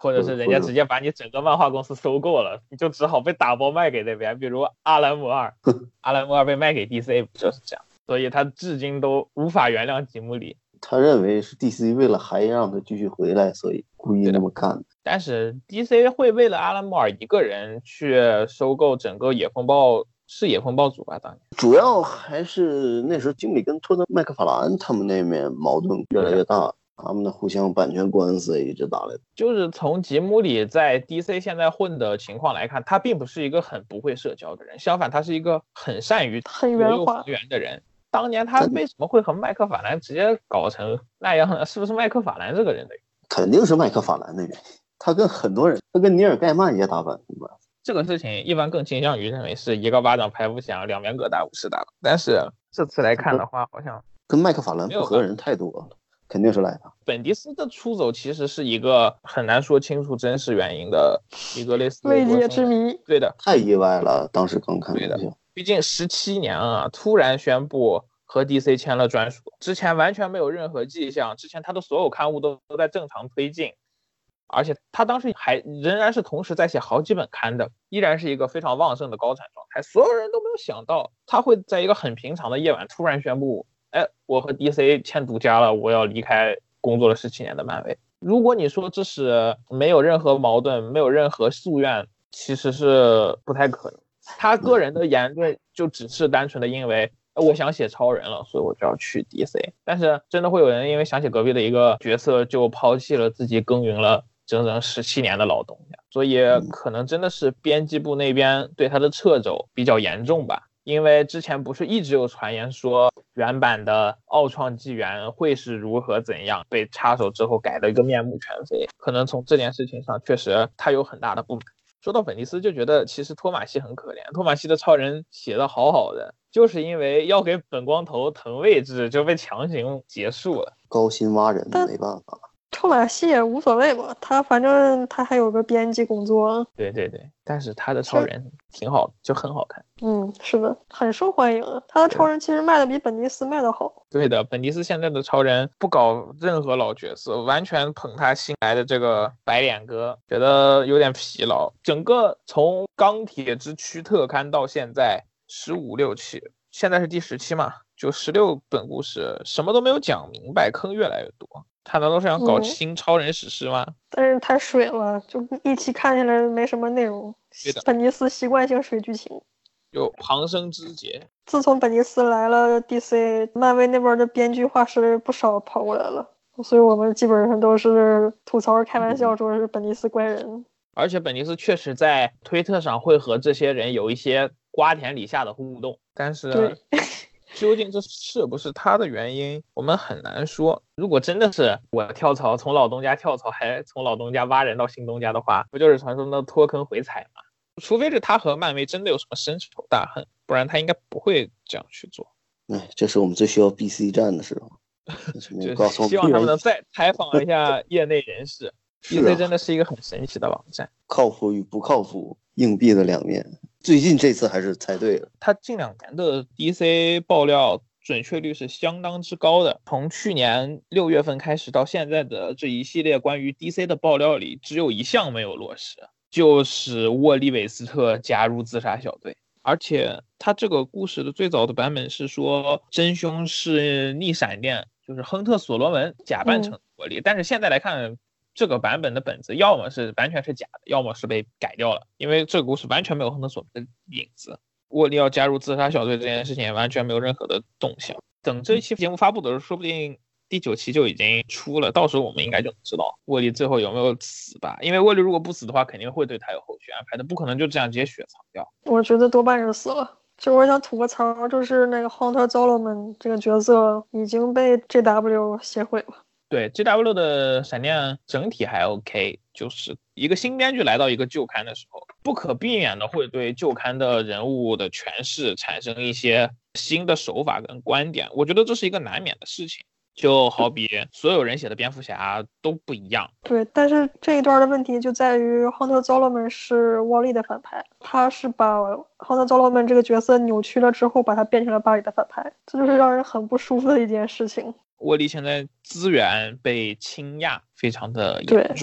Speaker 4: 或者是人家直接把你整个漫画公司收购了，你就只好被打包卖给那边，比如阿兰摩尔，阿兰摩尔被卖给 D C 就是这样，所以他至今都无法原谅吉姆里。
Speaker 3: 他认为是 D C 为了还让他继续回来，所以故意那么干的。
Speaker 4: 但是 D C 会为了阿兰摩尔一个人去收购整个野风暴，是野风暴组吧？当年
Speaker 3: 主要还是那时候吉姆里跟托德麦克法兰他们那面矛盾越来越大，他们的互相版权官司也一直打来。
Speaker 4: 就是从吉姆里在 D C 现在混的情况来看，他并不是一个很不会社交的人，相反他是一个很善于
Speaker 1: 很圆滑
Speaker 4: 圆的人。当年他为什么会和麦克法兰直接搞成那样呢？是不是麦克法兰这个人的原因？
Speaker 3: 肯定是麦克法兰的原因。他跟很多人，他跟尼尔盖曼也打版权官司。
Speaker 4: 这个事情一般更倾向于认为是一个巴掌拍不响，两边各打五十大板。但是这次来看的话，好像
Speaker 3: 跟麦克法兰不合人太多了，肯定是赖他。
Speaker 4: 本迪斯的出走其实是一个很难说清楚真实原因的一个类似
Speaker 1: 未解之谜。
Speaker 4: 对的，
Speaker 3: 太意外了，当时刚看
Speaker 4: 对的。毕竟十七年啊，突然宣布和 D C 签了专属，之前完全没有任何迹象，之前他的所有刊物都都在正常推进，而且他当时还仍然是同时在写好几本刊的，依然是一个非常旺盛的高产状态。所有人都没有想到他会在一个很平常的夜晚突然宣布，哎，我和 D C 签独家了，我要离开工作了十七年的漫威。如果你说这是没有任何矛盾，没有任何夙愿，其实是不太可能。他个人的言论就只是单纯的因为我想写超人了，所以我就要去 D C。 但是真的会有人因为想写隔壁的一个角色就抛弃了自己耕耘了整整十七年的劳动，所以可能真的是编辑部那边对他的掣肘比较严重吧。因为之前不是一直有传言说原版的奥创纪元会是如何怎样，被插手之后改了一个面目全非，可能从这件事情上确实他有很大的不满。说到本迪斯就觉得其实托马西很可怜，托马西的超人写得好好的，就是因为要给本光头腾位置就被强行结束了，
Speaker 3: 高薪挖人没办法。
Speaker 1: 托马西也无所谓吧，他反正他还有个编辑工作。
Speaker 4: 对对对，但是他的超人挺好的，就很好看。
Speaker 1: 嗯，是的，很受欢迎。他的超人其实卖的比本迪斯卖的好。
Speaker 4: 对的，本迪斯现在的超人不搞任何老角色，完全捧他新来的这个白脸哥，觉得有点疲劳。整个从钢铁之躯特刊到现在十五六期，现在是第十期嘛，就十六本故事，什么都没有讲明白，坑越来越多。他难道是想搞新超人史诗吗？
Speaker 1: 嗯、但是太水了，就一期看下来没什么内容。本迪斯习惯性水剧情，
Speaker 4: 有旁生枝节。
Speaker 1: 自从本迪斯来了 D C， 漫威那边的编剧画师不少跑过来了，所以我们基本上都是吐槽开玩笑说是本迪斯怪人。
Speaker 4: 而且本迪斯确实在推特上会和这些人有一些瓜田李下的互动，但是究竟这是不是他的原因我们很难说。如果真的是我跳槽，从老东家跳槽还从老东家挖人到新东家的话，不就是传说中的脱坑回踩吗？除非是他和漫威真的有什么深仇大恨，不然他应该不会这样去做。
Speaker 3: 哎，这是我们最需要 B C 站的时候。
Speaker 4: 就希望他们能再采访一下业内人士。D C 真的是一个很神奇的网站，
Speaker 3: 靠谱与不靠谱硬币的两面。最近这次还是猜对了，
Speaker 4: 他近两年的 D C 爆料准确率是相当之高的。从去年六月份开始到现在的这一系列关于 D C 的爆料里，只有一项没有落实，就是沃利韦斯特加入自杀小队。而且他这个故事的最早的版本是说真凶是逆闪电，就是亨特所罗门假扮成沃利、嗯、但是现在来看，这个版本的本子要么是完全是假的，要么是被改掉了，因为这个故事完全没有亨特所罗门的影子。沃利要加入自杀小队这件事情也完全没有任何的动向。等这一期节目发布的时候，说不定第九期就已经出了，到时候我们应该就能知道沃利最后有没有死吧。因为沃利如果不死的话，肯定会对他有后续安排的，不可能就这样直接雪藏掉。
Speaker 1: 我觉得多半是死了。就我想吐个槽，就是那个 Hunter Zolomon 这个角色已经被 J W 写毁了。
Speaker 4: 对 J W 的闪电整体还 OK， 就是一个新编剧来到一个旧刊的时候，不可避免的会对旧刊的人物的诠释产生一些新的手法跟观点，我觉得这是一个难免的事情。就好比所有人写的蝙蝠侠都不一样。
Speaker 1: 对，但是这一段的问题就在于 Hunter Zolomon 是沃利的反派，他是把 Hunter Zolomon 这个角色扭曲了之后把他变成了巴里的反派，这就是让人很不舒服的一件事情。
Speaker 4: 沃利现在资源被倾轧非常的严重，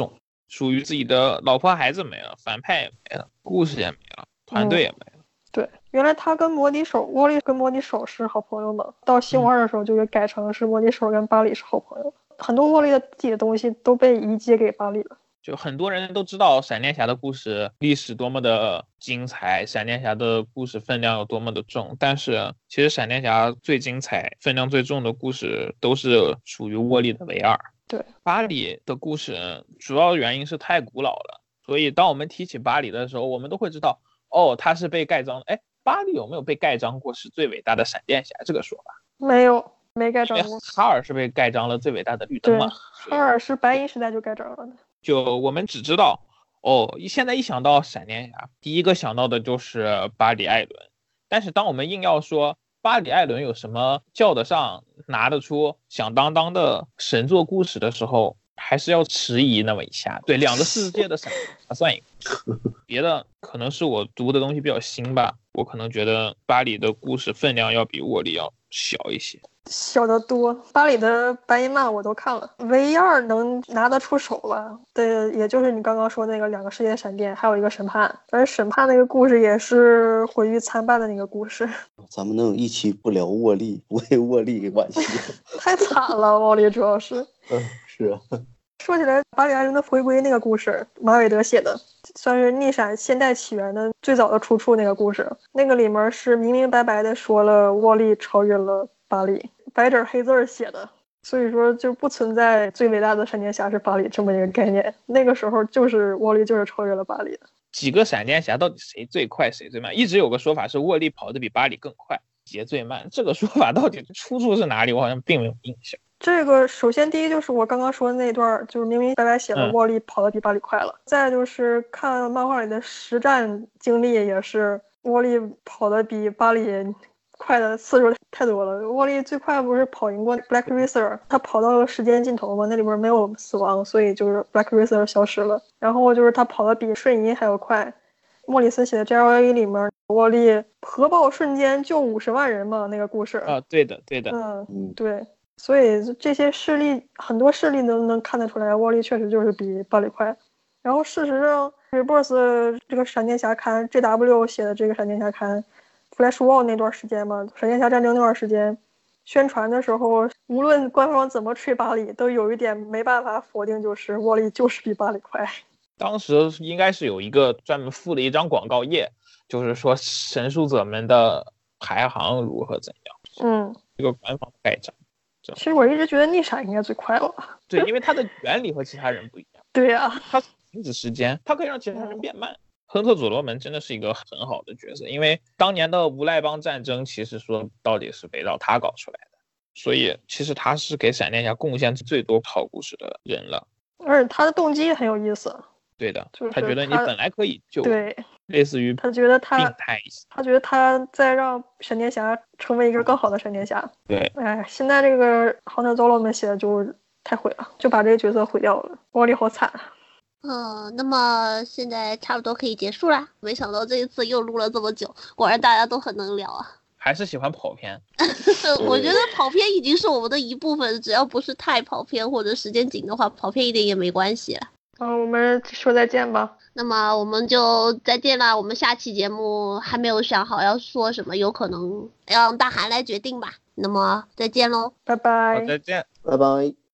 Speaker 4: 属于自己的老婆孩子没了，反派也没了，故事也没了，团队也没了。
Speaker 1: 嗯、对，原来他跟魔笛手沃利跟魔笛手是好朋友嘛，到新王二的时候就给改成是魔笛手跟巴里是好朋友。嗯、很多沃利的自己的东西都被移接给巴里了。
Speaker 4: 就很多人都知道闪电侠的故事历史多么的精彩，闪电侠的故事分量有多么的重，但是其实闪电侠最精彩分量最重的故事都是属于沃利的唯二。
Speaker 1: 对，
Speaker 4: 巴里的故事主要原因是太古老了，所以当我们提起巴里的时候，我们都会知道，哦，他是被盖章。哎，巴里有没有被盖章过是最伟大的闪电侠这个说法？
Speaker 1: 没有，没盖章过。
Speaker 4: 哈尔是被盖章了最伟大的绿灯嘛？
Speaker 1: 哈尔是白银时代就盖章了的。
Speaker 4: 就我们只知道，哦，现在一想到闪电侠，第一个想到的就是巴里艾伦。但是当我们硬要说巴里艾伦有什么叫得上、拿得出、响当当的神作故事的时候，还是要迟疑那么一下。对，两个世界的闪电侠算一个，别的可能是我读的东西比较新吧，我可能觉得巴里的故事分量要比沃利要小一些。
Speaker 1: 小得多，巴里的白银漫我都看了，唯二能拿得出手吧，对，也就是你刚刚说那个两个世界闪电，还有一个审判，而审判那个故事也是毁誉参半的那个故事。
Speaker 3: 咱们能有一期不聊沃利，不为沃利给惋惜。
Speaker 1: 太惨了，沃利主要是。
Speaker 3: 嗯，是啊。
Speaker 1: 说起来，巴里艾伦的回归那个故事，马韦德写的，算是逆闪现代起源的最早的出处。那个故事，那个里面是明明白白的说了沃利超越了巴里，白纸黑字写的，所以说就不存在最伟大的闪电侠是巴里这么一个概念。那个时候就是沃利就是超越了巴里的。
Speaker 4: 几个闪电侠到底谁最快谁最慢？一直有个说法是沃利跑得比巴里更快，杰最慢。这个说法到底出处是哪里？我好像并没有印象。
Speaker 1: 这个首先第一就是我刚刚说的那段，就是明明白白写了沃利跑得比巴里快了。嗯、再就是看漫画里的实战经历，也是沃利跑得比巴里快的次数太多了。沃利最快不是跑赢过 Black Racer， 他跑到了时间尽头嘛，那里边没有死亡，所以就是 Black Racer 消失了。然后就是他跑得比瞬移还要快。莫里斯写的 G L A 里面，沃利核爆瞬间救五十万人嘛，那个故事。
Speaker 4: 啊，对的，对的。
Speaker 1: 嗯，对。所以这些事例，很多事例都能看得出来，沃利确实就是比巴里快。然后事实上 ，Rebirth 这个闪电侠刊 G W 写的这个闪电侠刊 Flash War 那段时间嘛，闪电侠战争那段时间，宣传的时候，无论官方怎么吹巴里，都有一点没办法否定，就是沃利就是比巴里快。
Speaker 4: 当时应该是有一个专门附了一张广告页，就是说神速者们的排行如何怎样。
Speaker 1: 嗯，
Speaker 4: 这个官方盖章。
Speaker 1: 其实我一直觉得逆闪应该最快了。
Speaker 4: 对，因为它的原理和其他人不一样。
Speaker 1: 对呀、啊，
Speaker 4: 它停止时间，它可以让其他人变慢。嗯、亨特·佐罗门真的是一个很好的角色，因为当年的无赖帮战争其实说到底是围绕他搞出来的，所以其实他是给闪电侠贡献最多好故事的人了。
Speaker 1: 而且他的动机很有意思。
Speaker 4: 对的，
Speaker 1: 就是、
Speaker 4: 他觉得你本来可以救，
Speaker 1: 对，
Speaker 4: 类似于
Speaker 1: 他觉得他
Speaker 4: 病态一些，
Speaker 1: 他觉得他在让闪电侠成为一个更好的闪电侠。
Speaker 4: 对，
Speaker 1: 哎，现在这个亨特·佐罗门写的就太毁了，就把这个角色毁掉了，沃利好惨。
Speaker 2: 呃，那么现在差不多可以结束啦。没想到这一次又录了这么久，果然大家都很能聊啊。
Speaker 4: 还是喜欢跑偏。
Speaker 2: 我觉得跑偏已经是我们的一部分，只要不是太跑偏或者时间紧的话，跑偏一点也没关系了。
Speaker 1: 嗯，我们说再见吧。
Speaker 2: 那么我们就再见啦。我们下期节目还没有想好要说什么，有可能让大韩来决定吧。那么再见喽，
Speaker 1: 拜拜。
Speaker 4: 好，再见，
Speaker 3: 拜拜。